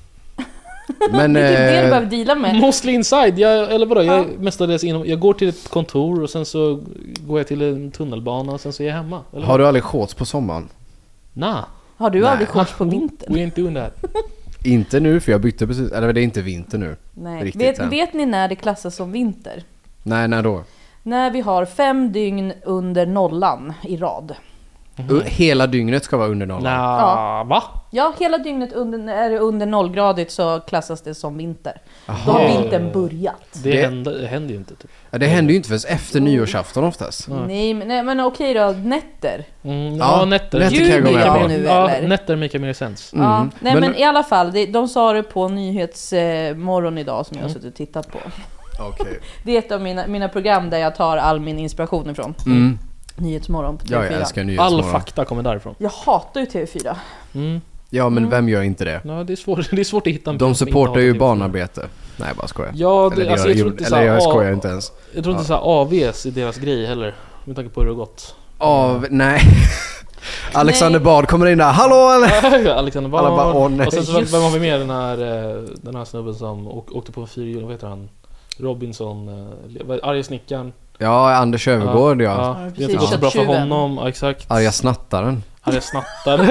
Men Det är det du eh, behöver deala med. Mostly inside, jag, eller vadå? Jag, Ja. är mestadels inom, jag går till ett kontor och sen så går jag till en tunnelbana och sen så är jag hemma. Eller? har du aldrig shorts på sommaren? Nah, Har du Nej. aldrig shorts på vintern? we ain't doing that. Inte nu, för jag bytte precis. Eller det är inte vinter nu. Nej. Riktigt Vet, än. vet ni när det klassas som vinter? Nej, när då? När vi har fem dygn under nollan i rad. U- Hela dygnet ska vara under nollan. Nah, Ja. va? Ja, hela dygnet under, är det under nollgradigt så klassas det som vinter. Då Jaha. har vintern börjat. Det, Det- Händer, det händer ju inte typ. Ja, det händer ju inte förrän efter nyårsafton oftast. Ja. Nej, men, nej, men okej då, nätter. Mm, Ja, ja, nätter. nätter kan jag gå med ja, på. nu, ja, eller? nätter make mer sense. Mm. Ja, nej Men- men, i alla fall, det, de sa det på Nyhetsmorgon idag som jag har Mm. suttit och tittat på. Okej. Det är ett av mina, mina program där jag tar all min inspiration ifrån. Mm. Nyhetsmorgon på T Ja, V jag fyra. älskar All nyhetsmorgon. fakta kommer därifrån. Jag hatar ju T V fyra. Mm. Ja, men vem gör inte det? Ja, det, är svårt, det är svårt att hitta en De person som inte supportar hatar ju T V fyra. barnarbete. Nej, jag bara skojar. Ja, det, Eller, alltså, jag, jag tror gjorde- inte så eller här, jag A- skojar inte ens. Jag tror inte så här A V S är deras grej heller. Med tanke på hur det har gått. Av, nej. Alexander Nej. Bard kommer in där. Hallå eller? Alexander Bard. Alla bara, åh, nej. och sen så, vem, Just. vem har vi med? Den här, eh, den här snubben som åk, åkte på en fyrhjuling, vad heter han? Robinson, eh, arga snickaren. Ja, Anders Öfvergård ja. Ja, Ja, det precis. har inte gått så bra för Köttjuven. honom. Ja, exakt. Arga snattaren. Arga snattare.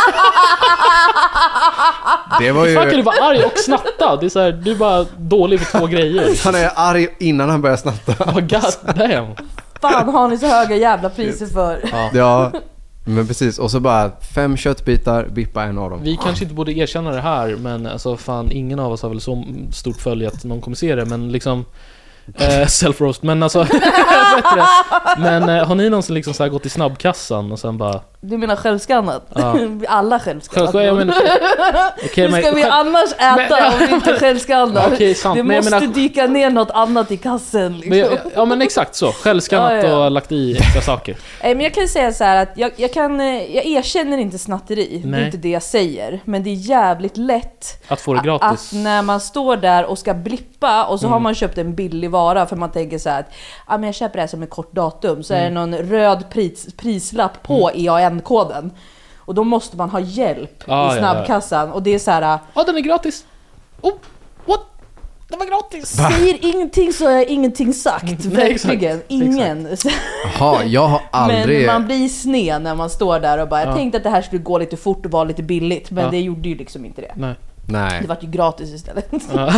Det var Hur fan kan du ju... vara arg och snatta? Det är så här, du är bara dålig för två grejer. Han är arg innan han börjar snatta. Oh, god damn. Fan har ni så höga jävla priser för? Ja. Ja, men precis. Och så bara fem köttbitar, bippa en av dem. Vi kanske inte borde erkänna det här, men alltså fan, ingen av oss har väl så stort följ att någon kommer se det, men liksom eh, self-roast, men alltså jag vet det. Men eh, har ni någonsin liksom så här gått i snabbkassan och sen bara Du menar självskannat? Ja. Alla självskannat. själv, jag menar, okej, Hur men, ska vi själv- annars äta Men- om vi inte självskannar? Okej, sant, Det men jag måste menar- dyka ner något annat i kassen liksom. men, jag- ja men exakt så, självskannat Ja, ja, ja. och lagt i extra saker. Nej, men jag kan säga så här att jag, jag kan eh, jag erkänner inte snatteri. Det Nej. är inte det jag säger, men det är jävligt lätt Att få det att gratis. när man står där och ska blippa och så Mm. har man köpt en billig vara för man tänker så här att ah, men jag köper det här som ett kort datum, så är det Mm. någon röd pris, prislapp på E A N-koden. Och då måste man ha hjälp Ah, ja, i ja. snabbkassan och det är så här. Ja, den är gratis. Oh, what? Den var gratis. Säger ingenting så är ingenting sagt. Nej, exakt. Verkligen. Ingen. Jaha, jag har aldrig... Men man blir sned när man står där och bara, jag Ja. tänkte att det här skulle gå lite fort och vara lite billigt. Men Ja. det gjorde ju liksom inte det. Nej. Nej. Det var ju gratis istället. Ja.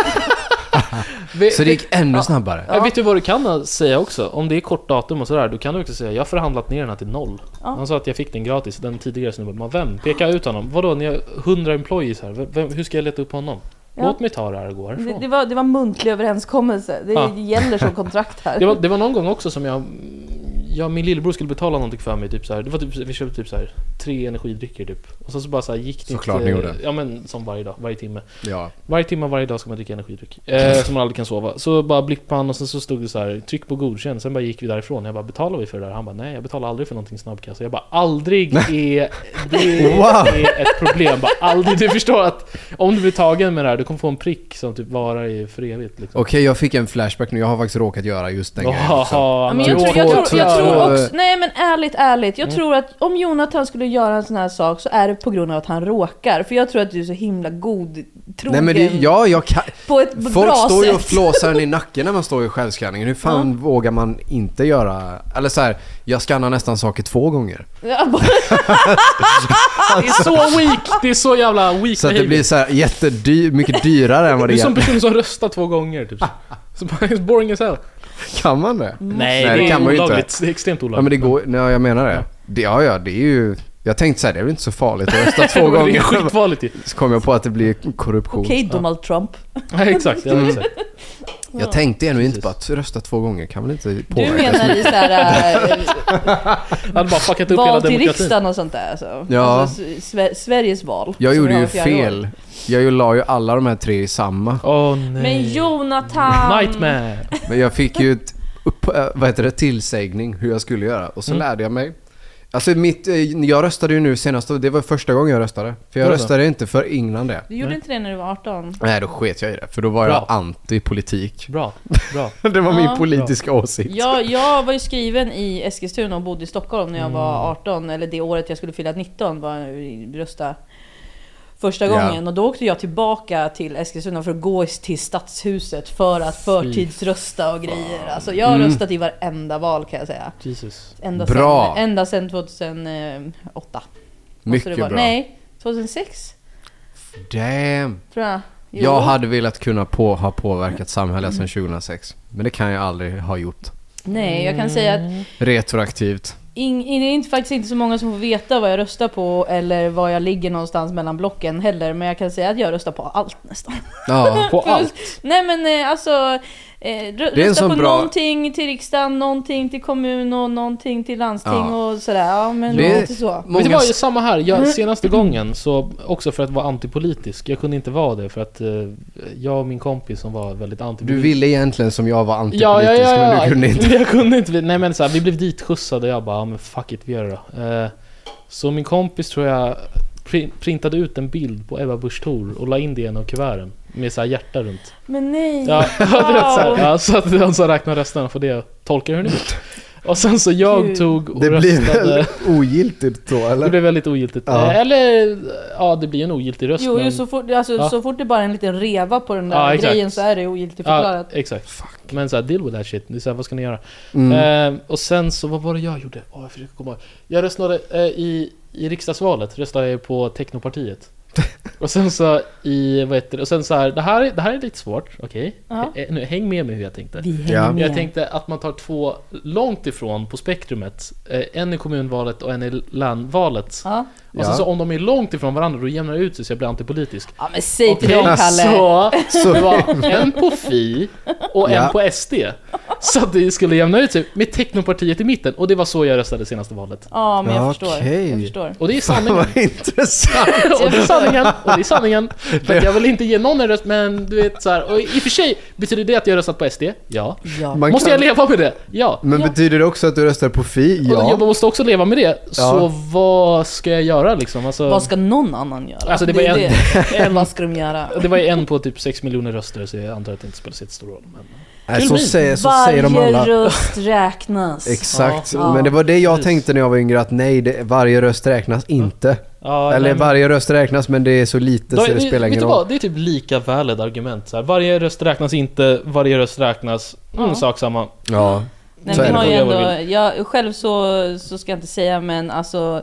Ve- Så det gick ännu snabbare. Ja. Vet du vad du kan säga också? Om det är kort datum och sådär, då kan du också säga jag har förhandlat ner den här till noll. Ja. Han sa att jag fick den gratis, den tidigare snubben. Men vem? Peka ut honom. Vadå, ni har hundra employees här. Vem, hur ska jag leta upp honom? Ja. Låt mig ta det här och gå Det, härifrån. det, var, det var muntlig överenskommelse. Det, Ja. det gäller som kontrakt här. Det var, det var någon gång också som jag... Ja, min lillebror skulle betala någonting för mig typ så här. Det var typ, vi köpte typ så här tre energidrycker typ. Och så, så bara så här, gick det Såklart inte... ni gjorde. Ja men som varje dag, varje timme. Ja. Varje timme, varje dag ska man dricka energidryck. Eh, som man aldrig kan sova. Så bara blippade han och sen så stod det så här: tryck på godkänn. Sen bara gick vi därifrån. Jag bara, betalar vi för det där? Han bara, nej jag betalar aldrig för någonting snabbkassa. Jag bara, aldrig är... Det Wow. är ett problem. Bara, aldrig. Du förstår att om du blir tagen med det här, du kommer få en prick som typ varar i för evigt liksom. Okej, jag fick en flashback nu. Jag har faktiskt råkat göra just den grejen också. Jaha, Men jag, men- tror, jag, Två- tror, jag två- tror också, nej men ärligt, ärligt. Jag Mm. tror att om Jonathan skulle göra en sån här sak så är det på grund av att han råkar. För jag tror att du är så himla god trogen Nej men det, ja, jag kan... på ett b- Folk bra står ju och sätt. flåsar den i nacken när man står i självskanningen. Hur fan vågar man inte göra... Eller så här, jag skannar nästan saker två gånger. Ja, bara- Det är så weak! Det är så jävla weak Så att det behavior. blir så här jättedy, mycket dyrare än vad Du det är som är. personen som röstar två gånger typ. Så bara, it's boring as hell. Kan man det? Nej, Nej, det, det är kan man ju olagligt. inte. Det är extremt olagligt. Ja, men det går, nej, jag menar det. Ja. det. Ja, ja, det är ju... Jag tänkte så här, det är väl inte så farligt att rösta två Det är gånger. skitfarligt ju. Så kom jag på att det blir korruption. Okej, okay, Donald Trump. Ja, exakt. Ja, exakt. Jag tänkte ännu inte Precis. på att rösta två gånger kan väl inte Du påverka. menar i såhär Jag hade bara fuckat upp hela val till demokratin. riksdagen och sånt där alltså. Ja. Alltså, Sve- Sveriges val. Jag som gjorde vi ju har fjärde år. fel. Jag ju la ju alla de här tre i samma. Åh nej. Men Jonathan! Nightmare. Men jag fick ju ett upp, äh, vad heter det, tillsägning hur jag skulle göra. Och så Mm. lärde jag mig. Alltså mitt, eh, jag röstade ju nu senast. Det var första gången jag röstade. För jag Var det röstade inte för innan det. Du gjorde Nej. inte det när du var arton? Nej, då sket jag i det. För då var Bra. jag anti-politik. Bra, bra. Det var Ja. min politiska åsikt. Jag, jag var ju skriven i Eskilstuna och bodde i Stockholm när jag var arton. Eller det året jag skulle fylla nitton var jag rösta första Ja. gången. Och då åkte jag tillbaka till Eskilstuna för att gå till stadshuset för att förtidsrösta och grejer. Alltså jag har Mm. röstat i varenda val kan jag säga. Jesus. Ända Bra. Sen, ända sedan tjugohundraåtta. Måste Mycket det vara. bra. Nej, tjugohundrasex Damn. tror jag. Jo. Jag hade velat kunna på, ha påverkat samhället sedan tjugohundrasex. Men det kan jag aldrig ha gjort. Nej, jag kan säga att Retroaktivt. In, in, det är inte, faktiskt inte så många som får veta vad jag röstar på eller var jag ligger någonstans mellan blocken heller. Men jag kan säga att jag röstar på allt nästan. Ja. På allt. Nej men eh, alltså eh, rö- en rösta sån på bra- någonting till riksdagen, någonting till kommun och någonting till landsting Ja. och sådär. Ja men Det det är- är inte så. Men det Många var ju s- samma här. Jag, senaste gången, så också för att vara antipolitisk. Jag kunde inte vara det för att eh, jag och min kompis som var väldigt Du antipolitisk. ville egentligen som jag var antipolitisk, Ja, ja, ja, ja. men du kunde inte. Jag kunde inte. Nej men så här, vi blev ditskjutsade och jag bara, ja, men fuck it, vi gör det då. Eh, så min kompis tror jag pri- printade ut en bild på Ebba Busch Thor och la in det i en av kuverten med så här hjärta runt. Men nej. Ja, du vet, så, här, Wow. ja, så att han så räknar rösterna för det. Tolkar hur ni vill. Och sen så jag Gud. tog och Det blir röstade. väl ogiltigt då, Det eller? blev väldigt ogiltigt. Ja. Eh, Eller, ja det blir en ogiltig röst. Jo, men... ju så, fort, alltså, Ja. så fort det bara är en liten reva på den där Ja, exakt. grejen så är det ogiltigt Ja, förklarat. exakt. Men så här, deal with that shit. Det är så här, vad ska ni göra? Mm. Eh, och sen så, vad var det jag gjorde? Åh, jag försöker komma ihåg. Jag röstade eh, i, i riksdagsvalet, röstade jag på Technopartiet. Och sen så i, vad heter det? Och sen så här, det här, är- det här är lite svårt, okej? Ja. Eh, nu, häng med mig hur jag tänkte. Vi hänger Ja. med. Jag tänkte att man tar två långt ifrån på spektrumet. Eh, en i kommunvalet och en i landvalet. Ja. Och sen Ja. så om de är långt ifrån varandra, då jämnar det ut sig så jag blir antipolitisk. Ja men säg till Okej, dem Kalle. så, Så- det var en på Fi och en Ja. på S D. Så att det skulle jämna ut sig med Technopartiet i mitten. Och det var så jag röstade senaste valet. Ja men jag Ja, förstår. okej. Jag förstår. Och det är Fan sanningen. vad intressant. och det är sanningen. Och det är sanningen. För att jag vill inte ge någon en röst, men du vet så här. Och i och för sig, betyder det att jag röstat på S D? Ja. Ja. Man Måste kan- jag leva med det? Ja. Men Ja. betyder det också att du röstar på Fi? Och jag Ja. måste också leva med det. Så Ja. vad ska jag göra liksom? Alltså, Vad ska någon annan göra? Alltså, det var är en- det. en- Vad ska de göra? det var ju en på typ sex miljoner röster, så jag antar att det inte spelar så stor roll. Men... Nej, så Kul säger, så säger de Varje alla. röst räknas. Exakt. Ja. Men det var det jag Precis. tänkte när jag var yngre, att nej, det, varje röst räknas inte. Ja, Eller nej, men- varje röst räknas, men det är så lite Då, så det spelar vet ingen du roll. vad? Det är typ lika valid argument. Så här, varje röst räknas inte, varje röst räknas. Mm, Ja. sak samma. Ja. Nej, Så men är vi det. har ju Jag ändå, jag, själv så, så ska jag inte säga, men alltså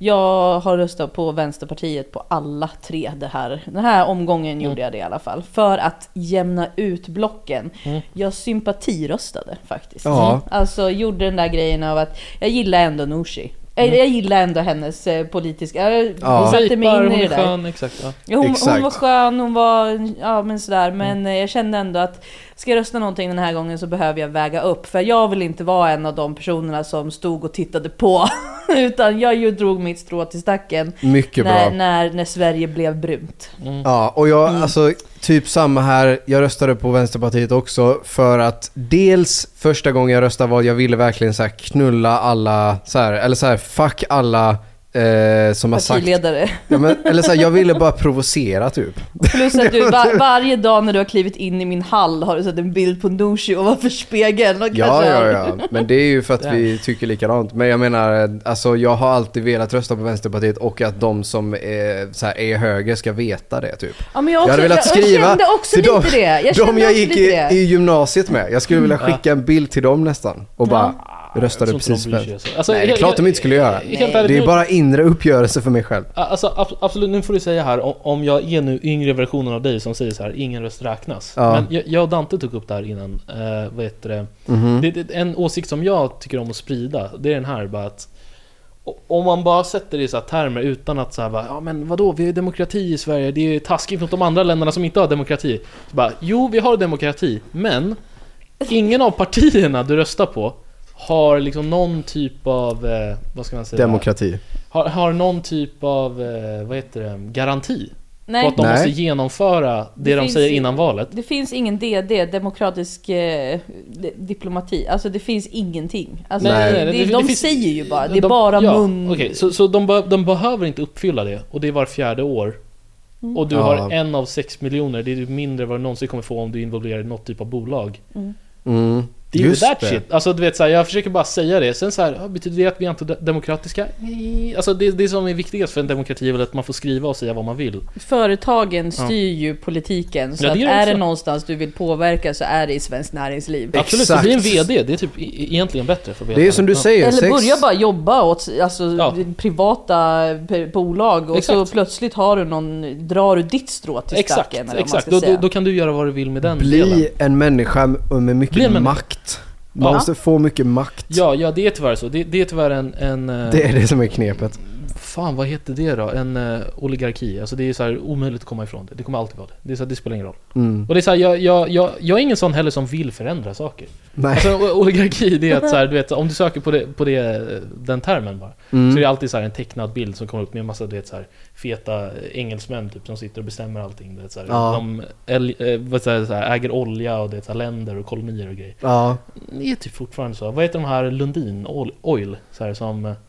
jag har röstat på Vänsterpartiet på alla tre det här. Den här omgången Mm. gjorde jag det i alla fall. För att jämna ut blocken. Mm. Jag sympatiröstade faktiskt. Ja. Alltså gjorde den där grejen av att jag gillar ändå Nooshi. Jag, Mm. jag gillar ändå hennes eh, politiska... Jag Ja. satte mig Vejpar, in hon i är det där. skön, exakt. Ja. Ja, hon, hon Exakt. var skön, hon var, ja men sådär, men Mm. eh, jag kände ändå att ska jag rösta någonting den här gången så behöver jag väga upp, för jag vill inte vara en av de personerna som stod och tittade på, utan jag ju drog mitt strå till stacken Mycket när, bra. när, när Sverige blev brunt. Mm. Ja, och jag, Mm. alltså typ samma här. Jag röstade på Vänsterpartiet också för att dels första gången jag röstade var att jag ville verkligen så här knulla alla så här, eller så här fuck alla eh, som har sagt. Partiledare. Ja, men, eller så här, jag ville bara provocera typ. Plus att du var, varje dag när du har klivit in i min hall har du sett en bild på Nooshi ovanför spegeln. Och Ja, kanske ja, har- ja. Men det är ju för att vi tycker likadant. Men jag menar, alltså jag har alltid velat rösta på Vänsterpartiet och att de som är, så här, är höger ska veta det typ. Ja, men jag, också, Jag hade velat jag, skriva jag kände också till lite dem- det. Jag de kände jag också gick lite i, det. i gymnasiet med. Jag skulle vilja Ja. skicka en bild till dem nästan. Och bara, röstade precis för. Alltså, Nej, det är klart de inte skulle göra. Helt ärligt, det är nu, bara inre uppgörelse för mig själv. Alltså ab- absolut, nu får du säga här, om, om jag är nu yngre versionen av dig som säger så här, ingen röst räknas. Ja. Men jag, jag och Dante tog upp det här innan, eh, vad heter det? Mm-hmm. Det, det? En åsikt som jag tycker om att sprida, det är den här bara att om man bara sätter det i så här termer utan att så här bara, ja men vadå, vi har demokrati i Sverige, det är taskigt mot de andra länderna som inte har demokrati. Så bara, jo vi har demokrati, men ingen av partierna du röstar på har liksom någon typ av, eh, vad ska man säga? Demokrati. Har, har någon typ av, eh, vad heter det, garanti. Nej. På att de Nej. måste genomföra det, Det de finns säger i- innan valet. Det finns ingen D D, demokratisk eh, di- diplomati. Alltså det finns ingenting. Alltså, Nej. det, det- det, det de finns- säger ju bara, det är de, bara ja, mun. Okej, så, så de, be, de behöver inte uppfylla det. Och det är var fjärde år. Och du Ja. har en av sex miljoner. Det är mindre vad du någonsin kommer få om du involverar i något typ av bolag. Mm. Det är ju Just that det. shit. Alltså du vet så här, jag försöker bara säga det. Sen så här, ja, betyder det att vi är antidemokratiska? Nej. Alltså det, det som är viktigast för en demokrati är väl att man får skriva och säga vad man vill. Företagen styr ju politiken. Så Ja, det att gör det är det också. någonstans du vill påverka så är det i Svenskt Näringsliv. Absolut, så Exakt. bli en V D. Det är typ e- egentligen bättre för att veta. Det är som du Ja. säger. Eller sex... börja bara jobba åt alltså, Ja. privata p- bolag och så Exakt. plötsligt har du någon, drar du ditt strå till Exakt, stacken. Eller vad man exakt. ska Då, säga. då, då kan du göra vad du vill med den delen. Bli en människa med mycket Bli en människa. makt. Man Ja. måste få mycket makt. Ja, ja, det är tyvärr så. Det, det är tyvärr en... en eh, Det är det som är knepet. Fan, vad heter det då? En uh, oligarki. Alltså det är så här omöjligt att komma ifrån det. Det kommer alltid vara det. Det, är så här, det spelar ingen roll. Mm. Och det är så här, jag, jag, jag, jag är ingen sån heller som vill förändra saker. Nej. Alltså o- oligarki, det är att så här, du vet, om du söker på, det, på det, den termen bara, Mm. så är det alltid så här en tecknad bild som kommer upp med en massa, du vet, så här, feta engelsmän typ, som sitter och bestämmer allting. Du vet, så här, Ja. De äl, äh, vad säger, så här, äger olja och det är så här, länder och kolonier och grejer. Ja, Det är typ fortfarande så. Vad heter de här Lundin Oil, oil så här, som... eh,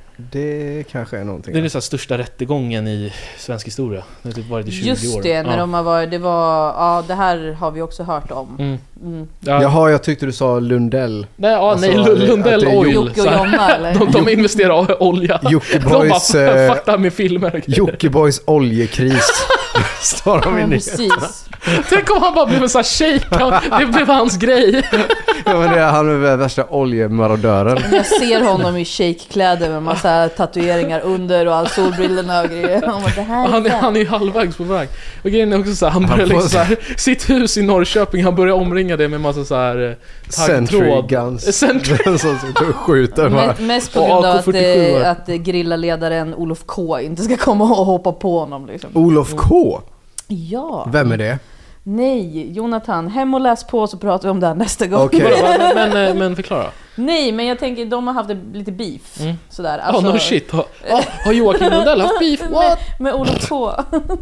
det kanske är någonting. Det är den så här största rättegången i svensk historia. Det har typ varit i tjugo Just år. det, när ja. de har varit, det var, ja det här har vi också hört om. Mm. Mm. Ja. Jaha, jag tyckte du sa Lundell. Nej, ja, Alltså, nej, att det- Lundell att det är Oil. Jocke och så här. Jonna eller? De, de investerar i olja. De Jockeboys, bara eh, fattar med filmer och grejer. Jockeboys oljekris. Står de Ja, inne i. precis. Tänk om han bara blev en sån här shake. Det blev hans grej. Ja, men det är han är värsta oljemarodören. Jag ser honom i shake-kläder med massa tatueringar under och all solbrillorna och grejer. Han bara, det här Han är, är han är ju halvvägs på väg. Och grejen är också så här, han börjar Han får- liksom så här, sitt hus i Norrköping, han börjar omringa det med massa så här eh, Sentry taggtråd. guns. Sentry. Den som sitter och skjuter bara. Me- Mest på Och grund av A K att, fyrtiosju. eh, att grillaledaren Olof K inte ska komma och hoppa på honom liksom. Olof K. Ja. Vem är det? Nej, Jonathan, hem och läs på så pratar vi om det här nästa gång. Okej. Vadå, men, men, eh, men förklara. Nej, men jag tänker de har haft lite beef. Mm. Sådär. Ja, Alltså, no shit. Har, ah, har Joakim Lundell haft beef? med, What? med Olof K.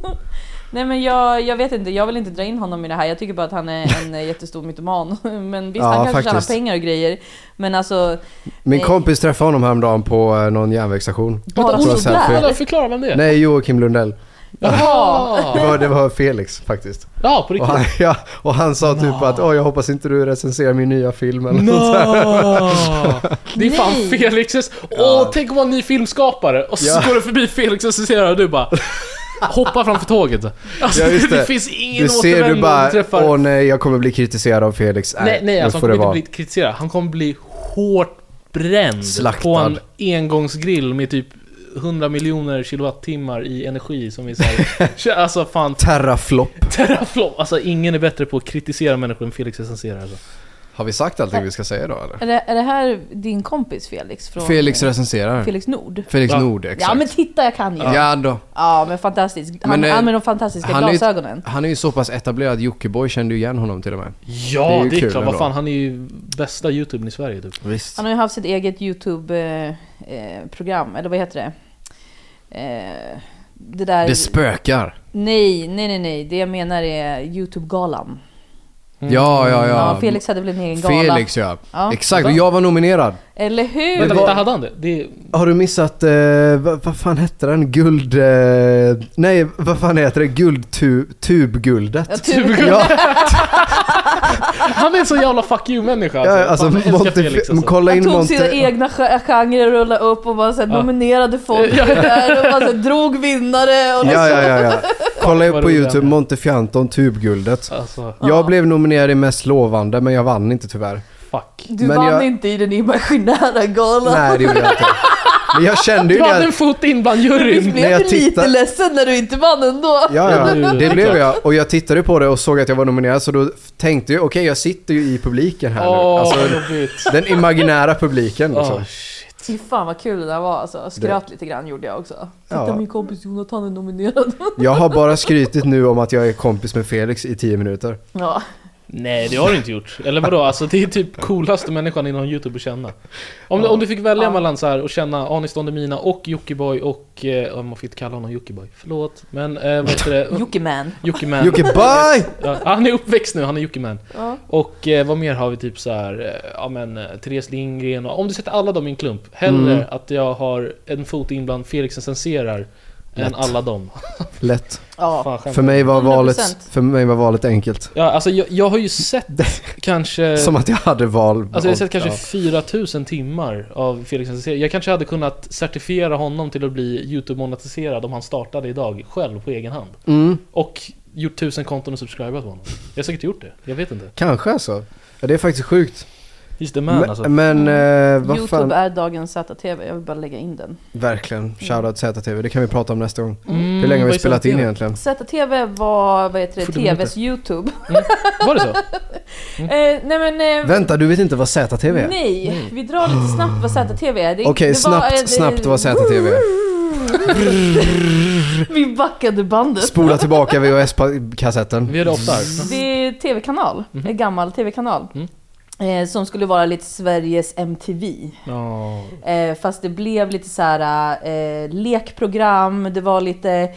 Nej men jag, jag vet inte, jag vill inte dra in honom i det här. Jag tycker bara att han är en jättestor mytoman. Men visst, Ja, han kanske faktiskt. tjänar pengar och grejer. Men alltså, Min Nej. kompis träffade honom häromdagen på eh, någon järnvägsstation. bara Olof sådär. Selfie. Vadå, förklara vem det är. Nej, Joakim Lundell. Det Jaha! var, det var Felix faktiskt. Ja, på Och riktigt. han, ja, och han sa typ Nå. att åh, jag hoppas inte du recenserar min nya film eller något sånt där. No. Det är fan Nej. Felixes. Åh, Ja. tänk att vara en ny filmskapare. Och så Ja. går du förbi Felix och så ser du bara hoppa framför tåget. Alltså, Ja, just det. det. finns ingen Du ser återvändo du bara, du träffar. åh nej, jag kommer bli kritiserad av Felix. nej, nej, nu alltså han får kommer det inte vara. bli kritiserad. Han kommer bli hårt bränd Slaktad. på en engångsgrill med typ hundra miljoner kilowattimmar i energi som är så här, alltså fan Terraflop. terraflop. Alltså ingen är bättre på att kritisera människor än Felix recenserar alltså. Har vi sagt allting vi ska säga då eller? är det, är det här din kompis Felix? Från, Felix recenserar. Felix Nord? Felix Ja. Nord, exakt. Ja men titta, jag kan ju. Ja, Ja då. men fantastiskt. Han, Men, eh, han med de fantastiska han är ju- glasögonen. Han är ju så pass etablerad, Jockeboy kände ju igen honom till och med. Ja, Det är ju det är, kul klart. ändå. Vad fan, han är ju bästa YouTuben i Sverige typ. Visst. Han har ju haft sitt eget YouTube-program, eller vad heter det? Eh, det där... Det spökar. nej, nej, nej, nej. Det jag menar är YouTube-galan. Mm. Ja, ja, Ja, ja. Felix hade väl en egen gala. Felix ja. Ja. Exakt, och jag var nominerad. Eller hur? Vänta, var- vänta, hade han det? det är... Har du missat, eh, vad, vad fan hette den? Guld... Eh, nej, vad fan heter det? Guldtubguldet. Ja, typ. Ja, Han är en så jävla fuck you-människa alltså. ja, alltså, Fan, jag älskar Monte, Felix alltså. kolla in Han tog sina Monte... egna ge- genrer och rullade upp och bara så här, Ja. nominerade folk Ja. där och bara så här, drog vinnare och Ja, ja, ja, ja. Kolla upp Vad på rolig YouTube, han är. Montefianton, tubguldet. Alltså, Jag Ja. blev nominerad i mest lovande, men jag vann inte tyvärr. fuck. Du Men vann jag- inte i den imaginära galan. Nej, det gjorde jag inte. Men jag kände ju Du när hade jag... en fot in bland Visst juryn. blev När jag du lite tittar- ledsen när du inte vann ändå? Ja, ja, Ja, det det är blev klart. jag. Och jag tittade på det och såg att jag var nominerad. Så då tänkte jag, okej, jag sitter ju i publiken här nu. Åh, Alltså, vad jobbigt. den imaginära publiken liksom. Åh, shit. Fy fan vad kul det där var alltså. Skröt lite grann gjorde jag också. Titta Ja. min kompis Jonathan är nominerad. Jag har bara skrytit nu om att jag är kompis med Felix i tio minuter. Ja. Nej, det har du inte gjort. Eller vadå? Alltså det är typ coolaste människan inom YouTube att känna. Om, du, om du fick välja Ja. mellan så här och känna Anis Don Demina och Jockiboi och... Eh, man får inte kalla honom Jockiboi. Förlåt. Men eh, vad heter det? Jockeyman. Jockeyman. Jockiboi! Ja, han är uppväxt nu, han är Jockeyman. Ja. Och eh, vad mer har vi typ så här, eh, ja men eh, Therese Lindgren och om du sätter alla dem i en klump. Hellre Mm. att jag har en fot in bland Felix Senserar än Lätt. alla dem. Lätt. Ja. Fan, skämt. För mig var hundra valet, procent. för mig var valet enkelt. Ja, alltså jag, jag har ju sett kanske... Som att jag hade val. Alltså jag har sett kanske Ja. fyra tusen timmar av Felix Senserar. Jag kanske hade kunnat certifiera honom till att bli YouTube-monetiserad om han startade idag själv på egen hand. Mm, Och gjort tusen konton och subscribat på honom. Jag har säkert gjort det, jag vet inte. kanske alltså. Ja, det är faktiskt sjukt. He's the man Men, alltså. men eh, vad YouTube fan. är dagens Z T V, jag vill bara lägga in den. Verkligen. Shoutout Z T V. Det kan vi prata om nästa gång. Mm, Hur länge har vad vi är spelat in sant? egentligen? Z T V var, vad heter det, fyrtio T V:s minuter. YouTube. Var det så? Eh, nej men... Eh, Vänta, du vet inte vad Z T V är? Nej, vi drar lite snabbt vad Z T V är. Det- Okej, det snabbt, var, eh, snabbt vad Z T V är. Vi backade bandet. Spola tillbaka V H S-kassetten. Vi gör det ofta här. Det är tv-kanal, en gammal tv-kanal. Mm. Eh, som skulle vara lite Sveriges M T V. Ja. Eh, fast det blev lite så här eh, lekprogram, det var lite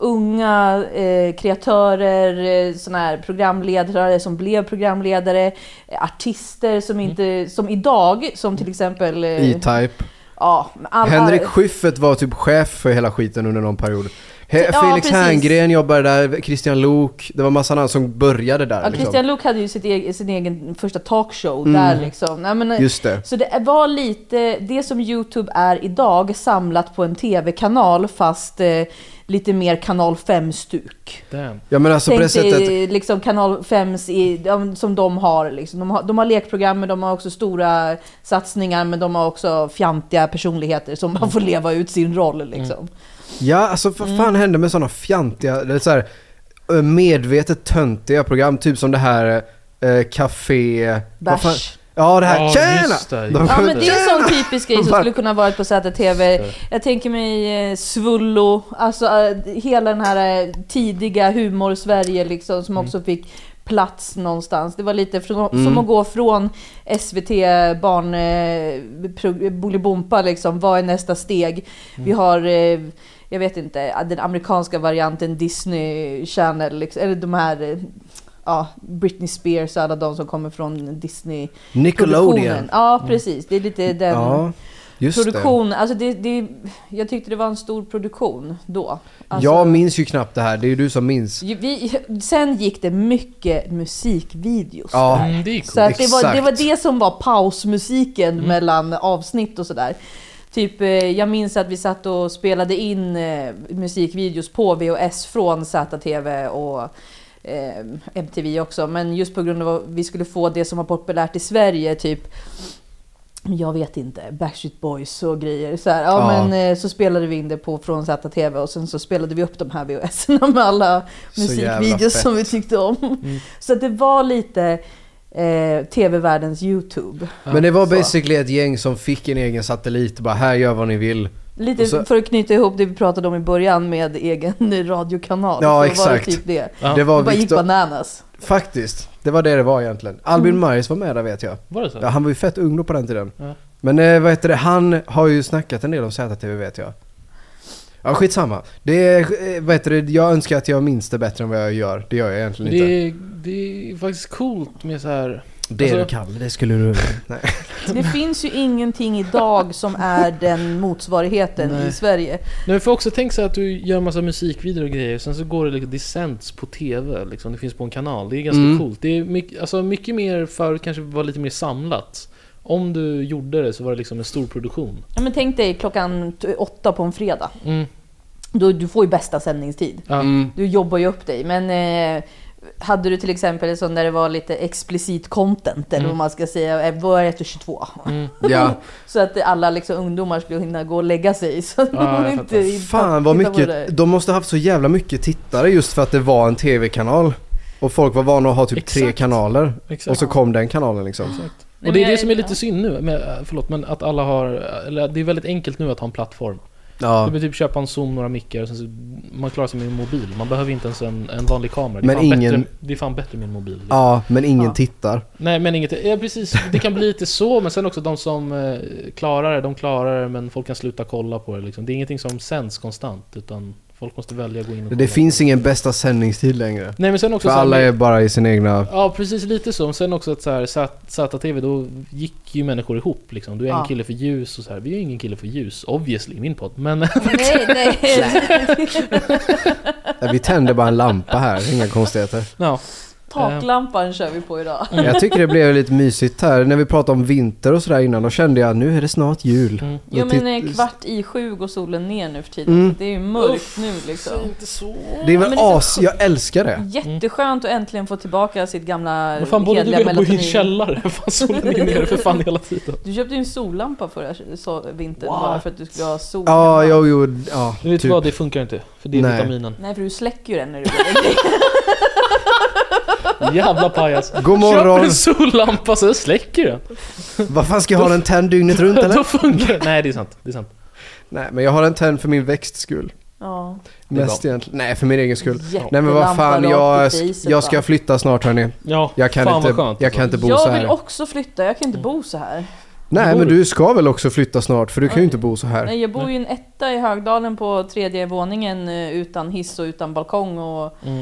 unga eh, kreatörer, eh, såna här programledare som blev programledare, eh, artister som inte, som idag, som till exempel eh, E-Type. ja, all, Henrik all, Schyffert var typ chef för hela skiten under någon period. He- Ja, Felix precis. Herngren jobbade där, Christian Lok. Det var massa andra som började där. ja, liksom. Christian Luuk hade ju sitt egen, sin egen första talkshow Mm. där liksom. Nej, men, Just det. så det var lite det som YouTube är idag, samlat på en tv-kanal fast eh, lite mer kanal fem-stuk. Damn. Ja men alltså på det Tänk sättet. dig liksom kanal fem i, de, som de har, liksom. de har. De har lekprogram, men de har också stora satsningar, men de har också fjantiga personligheter som man får leva ut sin roll. Liksom. Ja alltså vad fan Mm. hände med sådana fjantiga, eller så här ö, medvetet töntiga program. Typ som det här eh, café... vad fan- Bärs. Ja det här, Ja, tjena! just det. De Ja kom- men det är en sån typisk grej som Bara- skulle kunna vara på Z T V. Jag tänker mig eh, Svullo, alltså eh, hela den här eh, tidiga humor-Sverige liksom, som också fick plats någonstans. Det var lite från, Mm. som att gå från S V T barn eh, pro- Bolibompa liksom, vad är nästa steg? Vi har eh, jag vet inte, den amerikanska varianten Disney Channel liksom, eller de här eh, ja, Britney Spears och alla de som kommer från Disney Nickelodeon. produktionen. Ja, precis. Det är lite den Ja, just produktion. Alltså det, det, jag tyckte det var en stor produktion då. det. Alltså, Jag minns ju knappt det här, det är ju du som minns. vi, sen gick det mycket musikvideos Ja. där. Mm, det är coolt. Så att det, var, det var Exakt. det som var pausmusiken mellan avsnitt och sådär. Typ, eh, jag minns att vi satt och spelade in eh, musikvideos på V H S från Z T V och eh, M T V också. Men just på grund av att vi skulle få det som var populärt i Sverige, typ jag vet inte, Backstreet Boys och grejer. Så, här, ja, Ja. Men, eh, så spelade vi in det på från Z T V och sen så spelade vi upp de här V H S-erna med alla Så jävla musikvideos fett. som vi tyckte om. Mm. Så att det var lite eh, tv-världens YouTube. Men det var Så. basically ett gäng som fick en egen satellit. Bara här, gör vad ni vill. Lite Och så- för att knyta ihop det vi pratade om i början med egen radiokanal. Ja, så Var det exakt. typ det. Ja. Det var Det bara gick Victor. bananas. Faktiskt. Det var det det var egentligen. Albin Myers var med där vet jag. Var det så? Ja, han var ju fett ung då på den tiden. Ja. Men eh, vad heter det? Han har ju snackat en del om Z T V vet jag. Ja, skitsamma. Det är, eh, vad heter det? Jag önskar att jag minns det bättre än vad jag gör. Det gör jag egentligen Det inte. är, det är faktiskt coolt med så här. Det alltså- du kan, det skulle du... Nej. Det finns ju ingenting idag som är den motsvarigheten Nej. i Sverige. Nej, för också tänk sig att du gör en massa musikvideor och grejer, sen så går det liksom, det sänds på tv liksom, det finns på en kanal, det är ganska Mm. coolt. Det är mycket, alltså mycket mer förut kanske var lite mer samlat. Om du gjorde det så var det liksom en stor produktion. Ja, men tänk dig klockan t- åtta på en fredag. Mm. Då, du får ju bästa sändningstid. Ja. Mm. Du jobbar ju upp dig. Men eh, hade du till exempel en sån där det var lite explicit content eller Mm. vad man ska säga, var efter tjugotvå. Mm. Ja. Så att alla liksom ungdomar skulle hinna gå och lägga sig. Så att Ja, de jag inte, inte Fan vad titta på det. mycket, de måste ha haft så jävla mycket tittare just för att det var en tv-kanal. Och folk var vana att ha typ tre Exakt. kanaler. Exakt. Och så kom den kanalen liksom. Exakt. Nej, Och det är men det jag- som är lite synd nu, men, förlåt, men att alla har, eller det är väldigt enkelt nu att ha en plattform. Ja. Du behöver typ köpa en Zoom, några mickar och sen så man klarar sig med en mobil. Man behöver inte ens en, en vanlig kamera. Det är, Men fan ingen- bättre, det är fan bättre med en mobil. Ja, men ingen Ja. tittar. Nej, men inget. Ja, precis. Det kan bli lite så, men sen också de som eh, klarar det, de klarar det, men folk kan sluta kolla på det liksom. Det är ingenting som sänds konstant, utan folk måste välja att gå in och kolla. Det finns ingen bästa sändningstid längre. Nej, men sen också För så här alla med- är bara i sin egna... Ja, precis lite så. Sen också att så här, Z- Z-T V, då gick ju människor ihop liksom. Du är en Ja. kille för ljus och så här. Vi är ju ingen kille för ljus, obviously, i min podd. Men Nej, nej. Ja, vi tänder bara en lampa här, inga konstigheter. ja. Taklampan kör vi på idag. Jag tycker det blev lite mysigt här. När vi pratade om vinter och sådär innan, då kände jag nu är det snart jul. Mm. Jo Och men titt- eh, kvart i sju går solen ner nu för tiden. Mm. Så det är ju mörkt nu liksom. Inte så. Det är väl Men det är så as, jag älskar det. Jätteskönt att äntligen få tillbaka sitt gamla Vad fan, både du och hederliga jag bor i en melatonin. källare. Fan, solen är nere för fan hela tiden. Du köpte ju en sollampa förra så, vintern Wow. bara för att du skulle ha sol Ja, hemma. jo, jo, ja, Du vet typ. vad, det funkar inte. För det är Nej. vitaminen. Nej för du släcker ju den när du går. Jävla pajas. God Köper morgon! en sollampa så släcker den. Vad fan ska jag ha den tänd dygnet runt eller? Då funkar det. Nej, det är sant. Det är sant. Nej, men jag har den tänd för min växts skull. Ja. Det är Mest bra. egentligen. Nej, för min egen skull. Jättelampa Nej men vad fan, rakt jag, i facet, jag ska va? flytta snart hörni. Ja, Jag kan fan inte, vad skönt. jag kan inte bo så Jag vill här. också flytta, jag kan inte bo så här. Nej bor men du? du ska väl också flytta snart för du kan ju inte bo så här. Nej, jag bor ju i en etta i Högdalen på tredje våningen eh, utan hiss och utan balkong och Mm.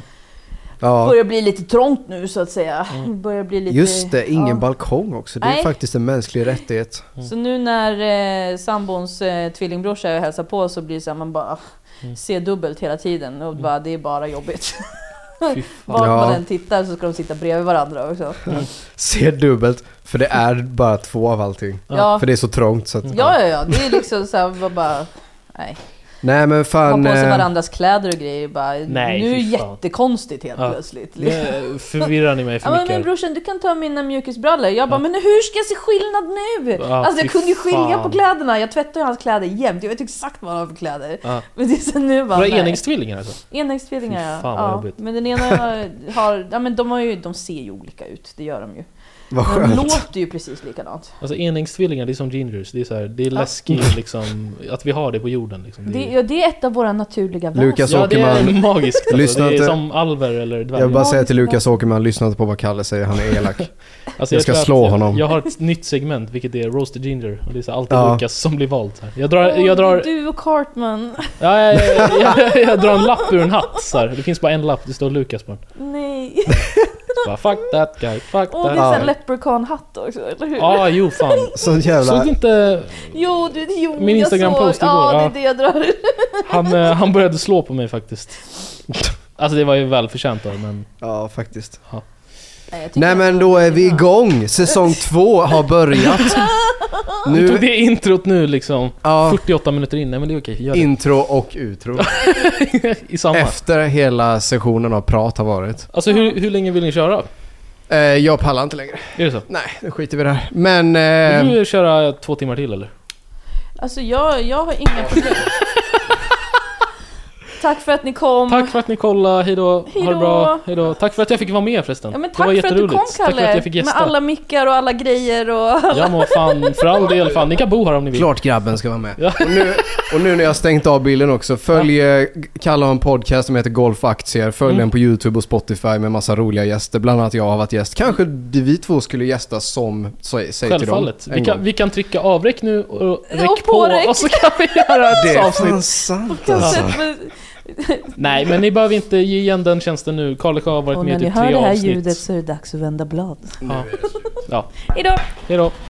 Ja, börjar bli lite trångt nu så att säga. Mm. Börjar bli lite, just det, ingen ja. balkong också. Det är Nej. faktiskt en mänsklig rättighet. Så nu när eh, sambons eh, tvillingbrorsa är och hälsar på så blir det så här, man bara Mm. ser dubbelt hela tiden och bara, det är bara jobbigt. Fy fan. Vart Ja. man än tittar så ska de sitta bredvid varandra också. Ser dubbelt, för det är bara två av allting. Ja, För det är så trångt så att... ja, ja, ja, det är liksom så här, bara, bara nej. Nej men Ha fan... på sig eh, varandras kläder och grejer bara, Nej, nu är det fy fan. jättekonstigt helt Ja. plötsligt. Nu förvirrar ni mig för Ja, men, men mycket. brorsan, du kan ta mina mjukisbrallor. Jag bara, men hur ska jag se skillnad nu? Ja, alltså jag fy kunde ju skilja fan. på kläderna. Jag tvättar ju hans kläder jämt. Jag vet exakt vad han har för kläder. Ja. Men det är så nu bara, Var det nej. enäggstvillingar alltså? Enäggstvillingar, Fy ja. fan, vad ja. jobbigt. Men den ena har, ja men de har ju, de ser ju olika ut. Det gör de ju. Vad De skönt. låter ju precis likadant. Alltså enäggstvillingar, det är som gingers. Det är, så här, det är läskigt liksom, att vi har det på jorden. Liksom. Det, ja, det är ett av våra naturliga väsen. Lukas ja, det är Åkerman. magiskt. Alltså. Lyssna Det är inte- som alver eller dvärgar. Jag vill bara säga till Magiskt. Lukas Åkerman, lyssna inte på vad Kalle säger, han är elak. Alltså, Jag ska tror att slå jag, honom. Jag har ett nytt segment, vilket är Roasted Ginger. Och det är så alltid Ja. Lukas som blir vald. Så här. Jag drar, Åh, jag drar, Du och Cartman. ja, jag, jag, jag, jag drar en lapp ur en hatt. Så här. Det finns bara en lapp, det står Lukas på den. Nej. Bara, fuck that guy, fuck Åh, det är that en guy. leprechaun-hatt också, eller hur? Ja, jo fan. Sån Såg jävla... du inte... Jo, du, jo, Min jag Instagram-post såg. igår, Ja, det ja. är det jag drar. Han, eh, han började slå på mig faktiskt. Alltså det var ju välförtjänt då, men... Ja, faktiskt. Nej, jag tycker Nej att men det då var är vi bra. igång! Säsong två har börjat. Du tog Nu, det introt nu liksom, ja, fyrtioåtta minuter in. Nej men det är okej, gör det. intro och utro. I samma. Efter hela sessionen av prat har varit. Alltså hur, hur länge vill ni köra? Eh, jag pallar inte längre. Är det så? Nej, nu skiter vi där. Men... Eh, Vill du köra två timmar till eller? Alltså jag, jag har inga problem. Tack för att ni kom. Tack för att ni kollade, hejdå, ha det Hejdå. bra, hejdå. Tack för att jag fick vara med förresten. Ja, men det tack var för att du kom, jätteroligt. Tack Kalle. för att jag fick med gästa. alla mickar och alla grejer och... Ja men fan, för all del, fan, ni kan bo här om ni vill. klart grabben ska vara med. Ja. Och, nu, och nu när jag har stängt av bilden också, följ ja. Kalle har en podcast som heter Golfaktier. Följ Mm. den på YouTube och Spotify med massa roliga gäster. Bland annat jag har varit gäst. Kanske vi två skulle gästa som säg, säg till dem. Självfallet. en Vi kan, gång. vi kan trycka avräck nu och räck Och på, påräck. och så kan vi göra ett Det är avsnitt. fan sant Kan alltså. sätta mig- Nej men ni behöver inte ge igen den tjänsten nu. Karl har varit Och med när i ni typ hör tre det här avsnitt. ljudet så är det dags att vända blad. Ja. Ja. Hejdå! Hejdå.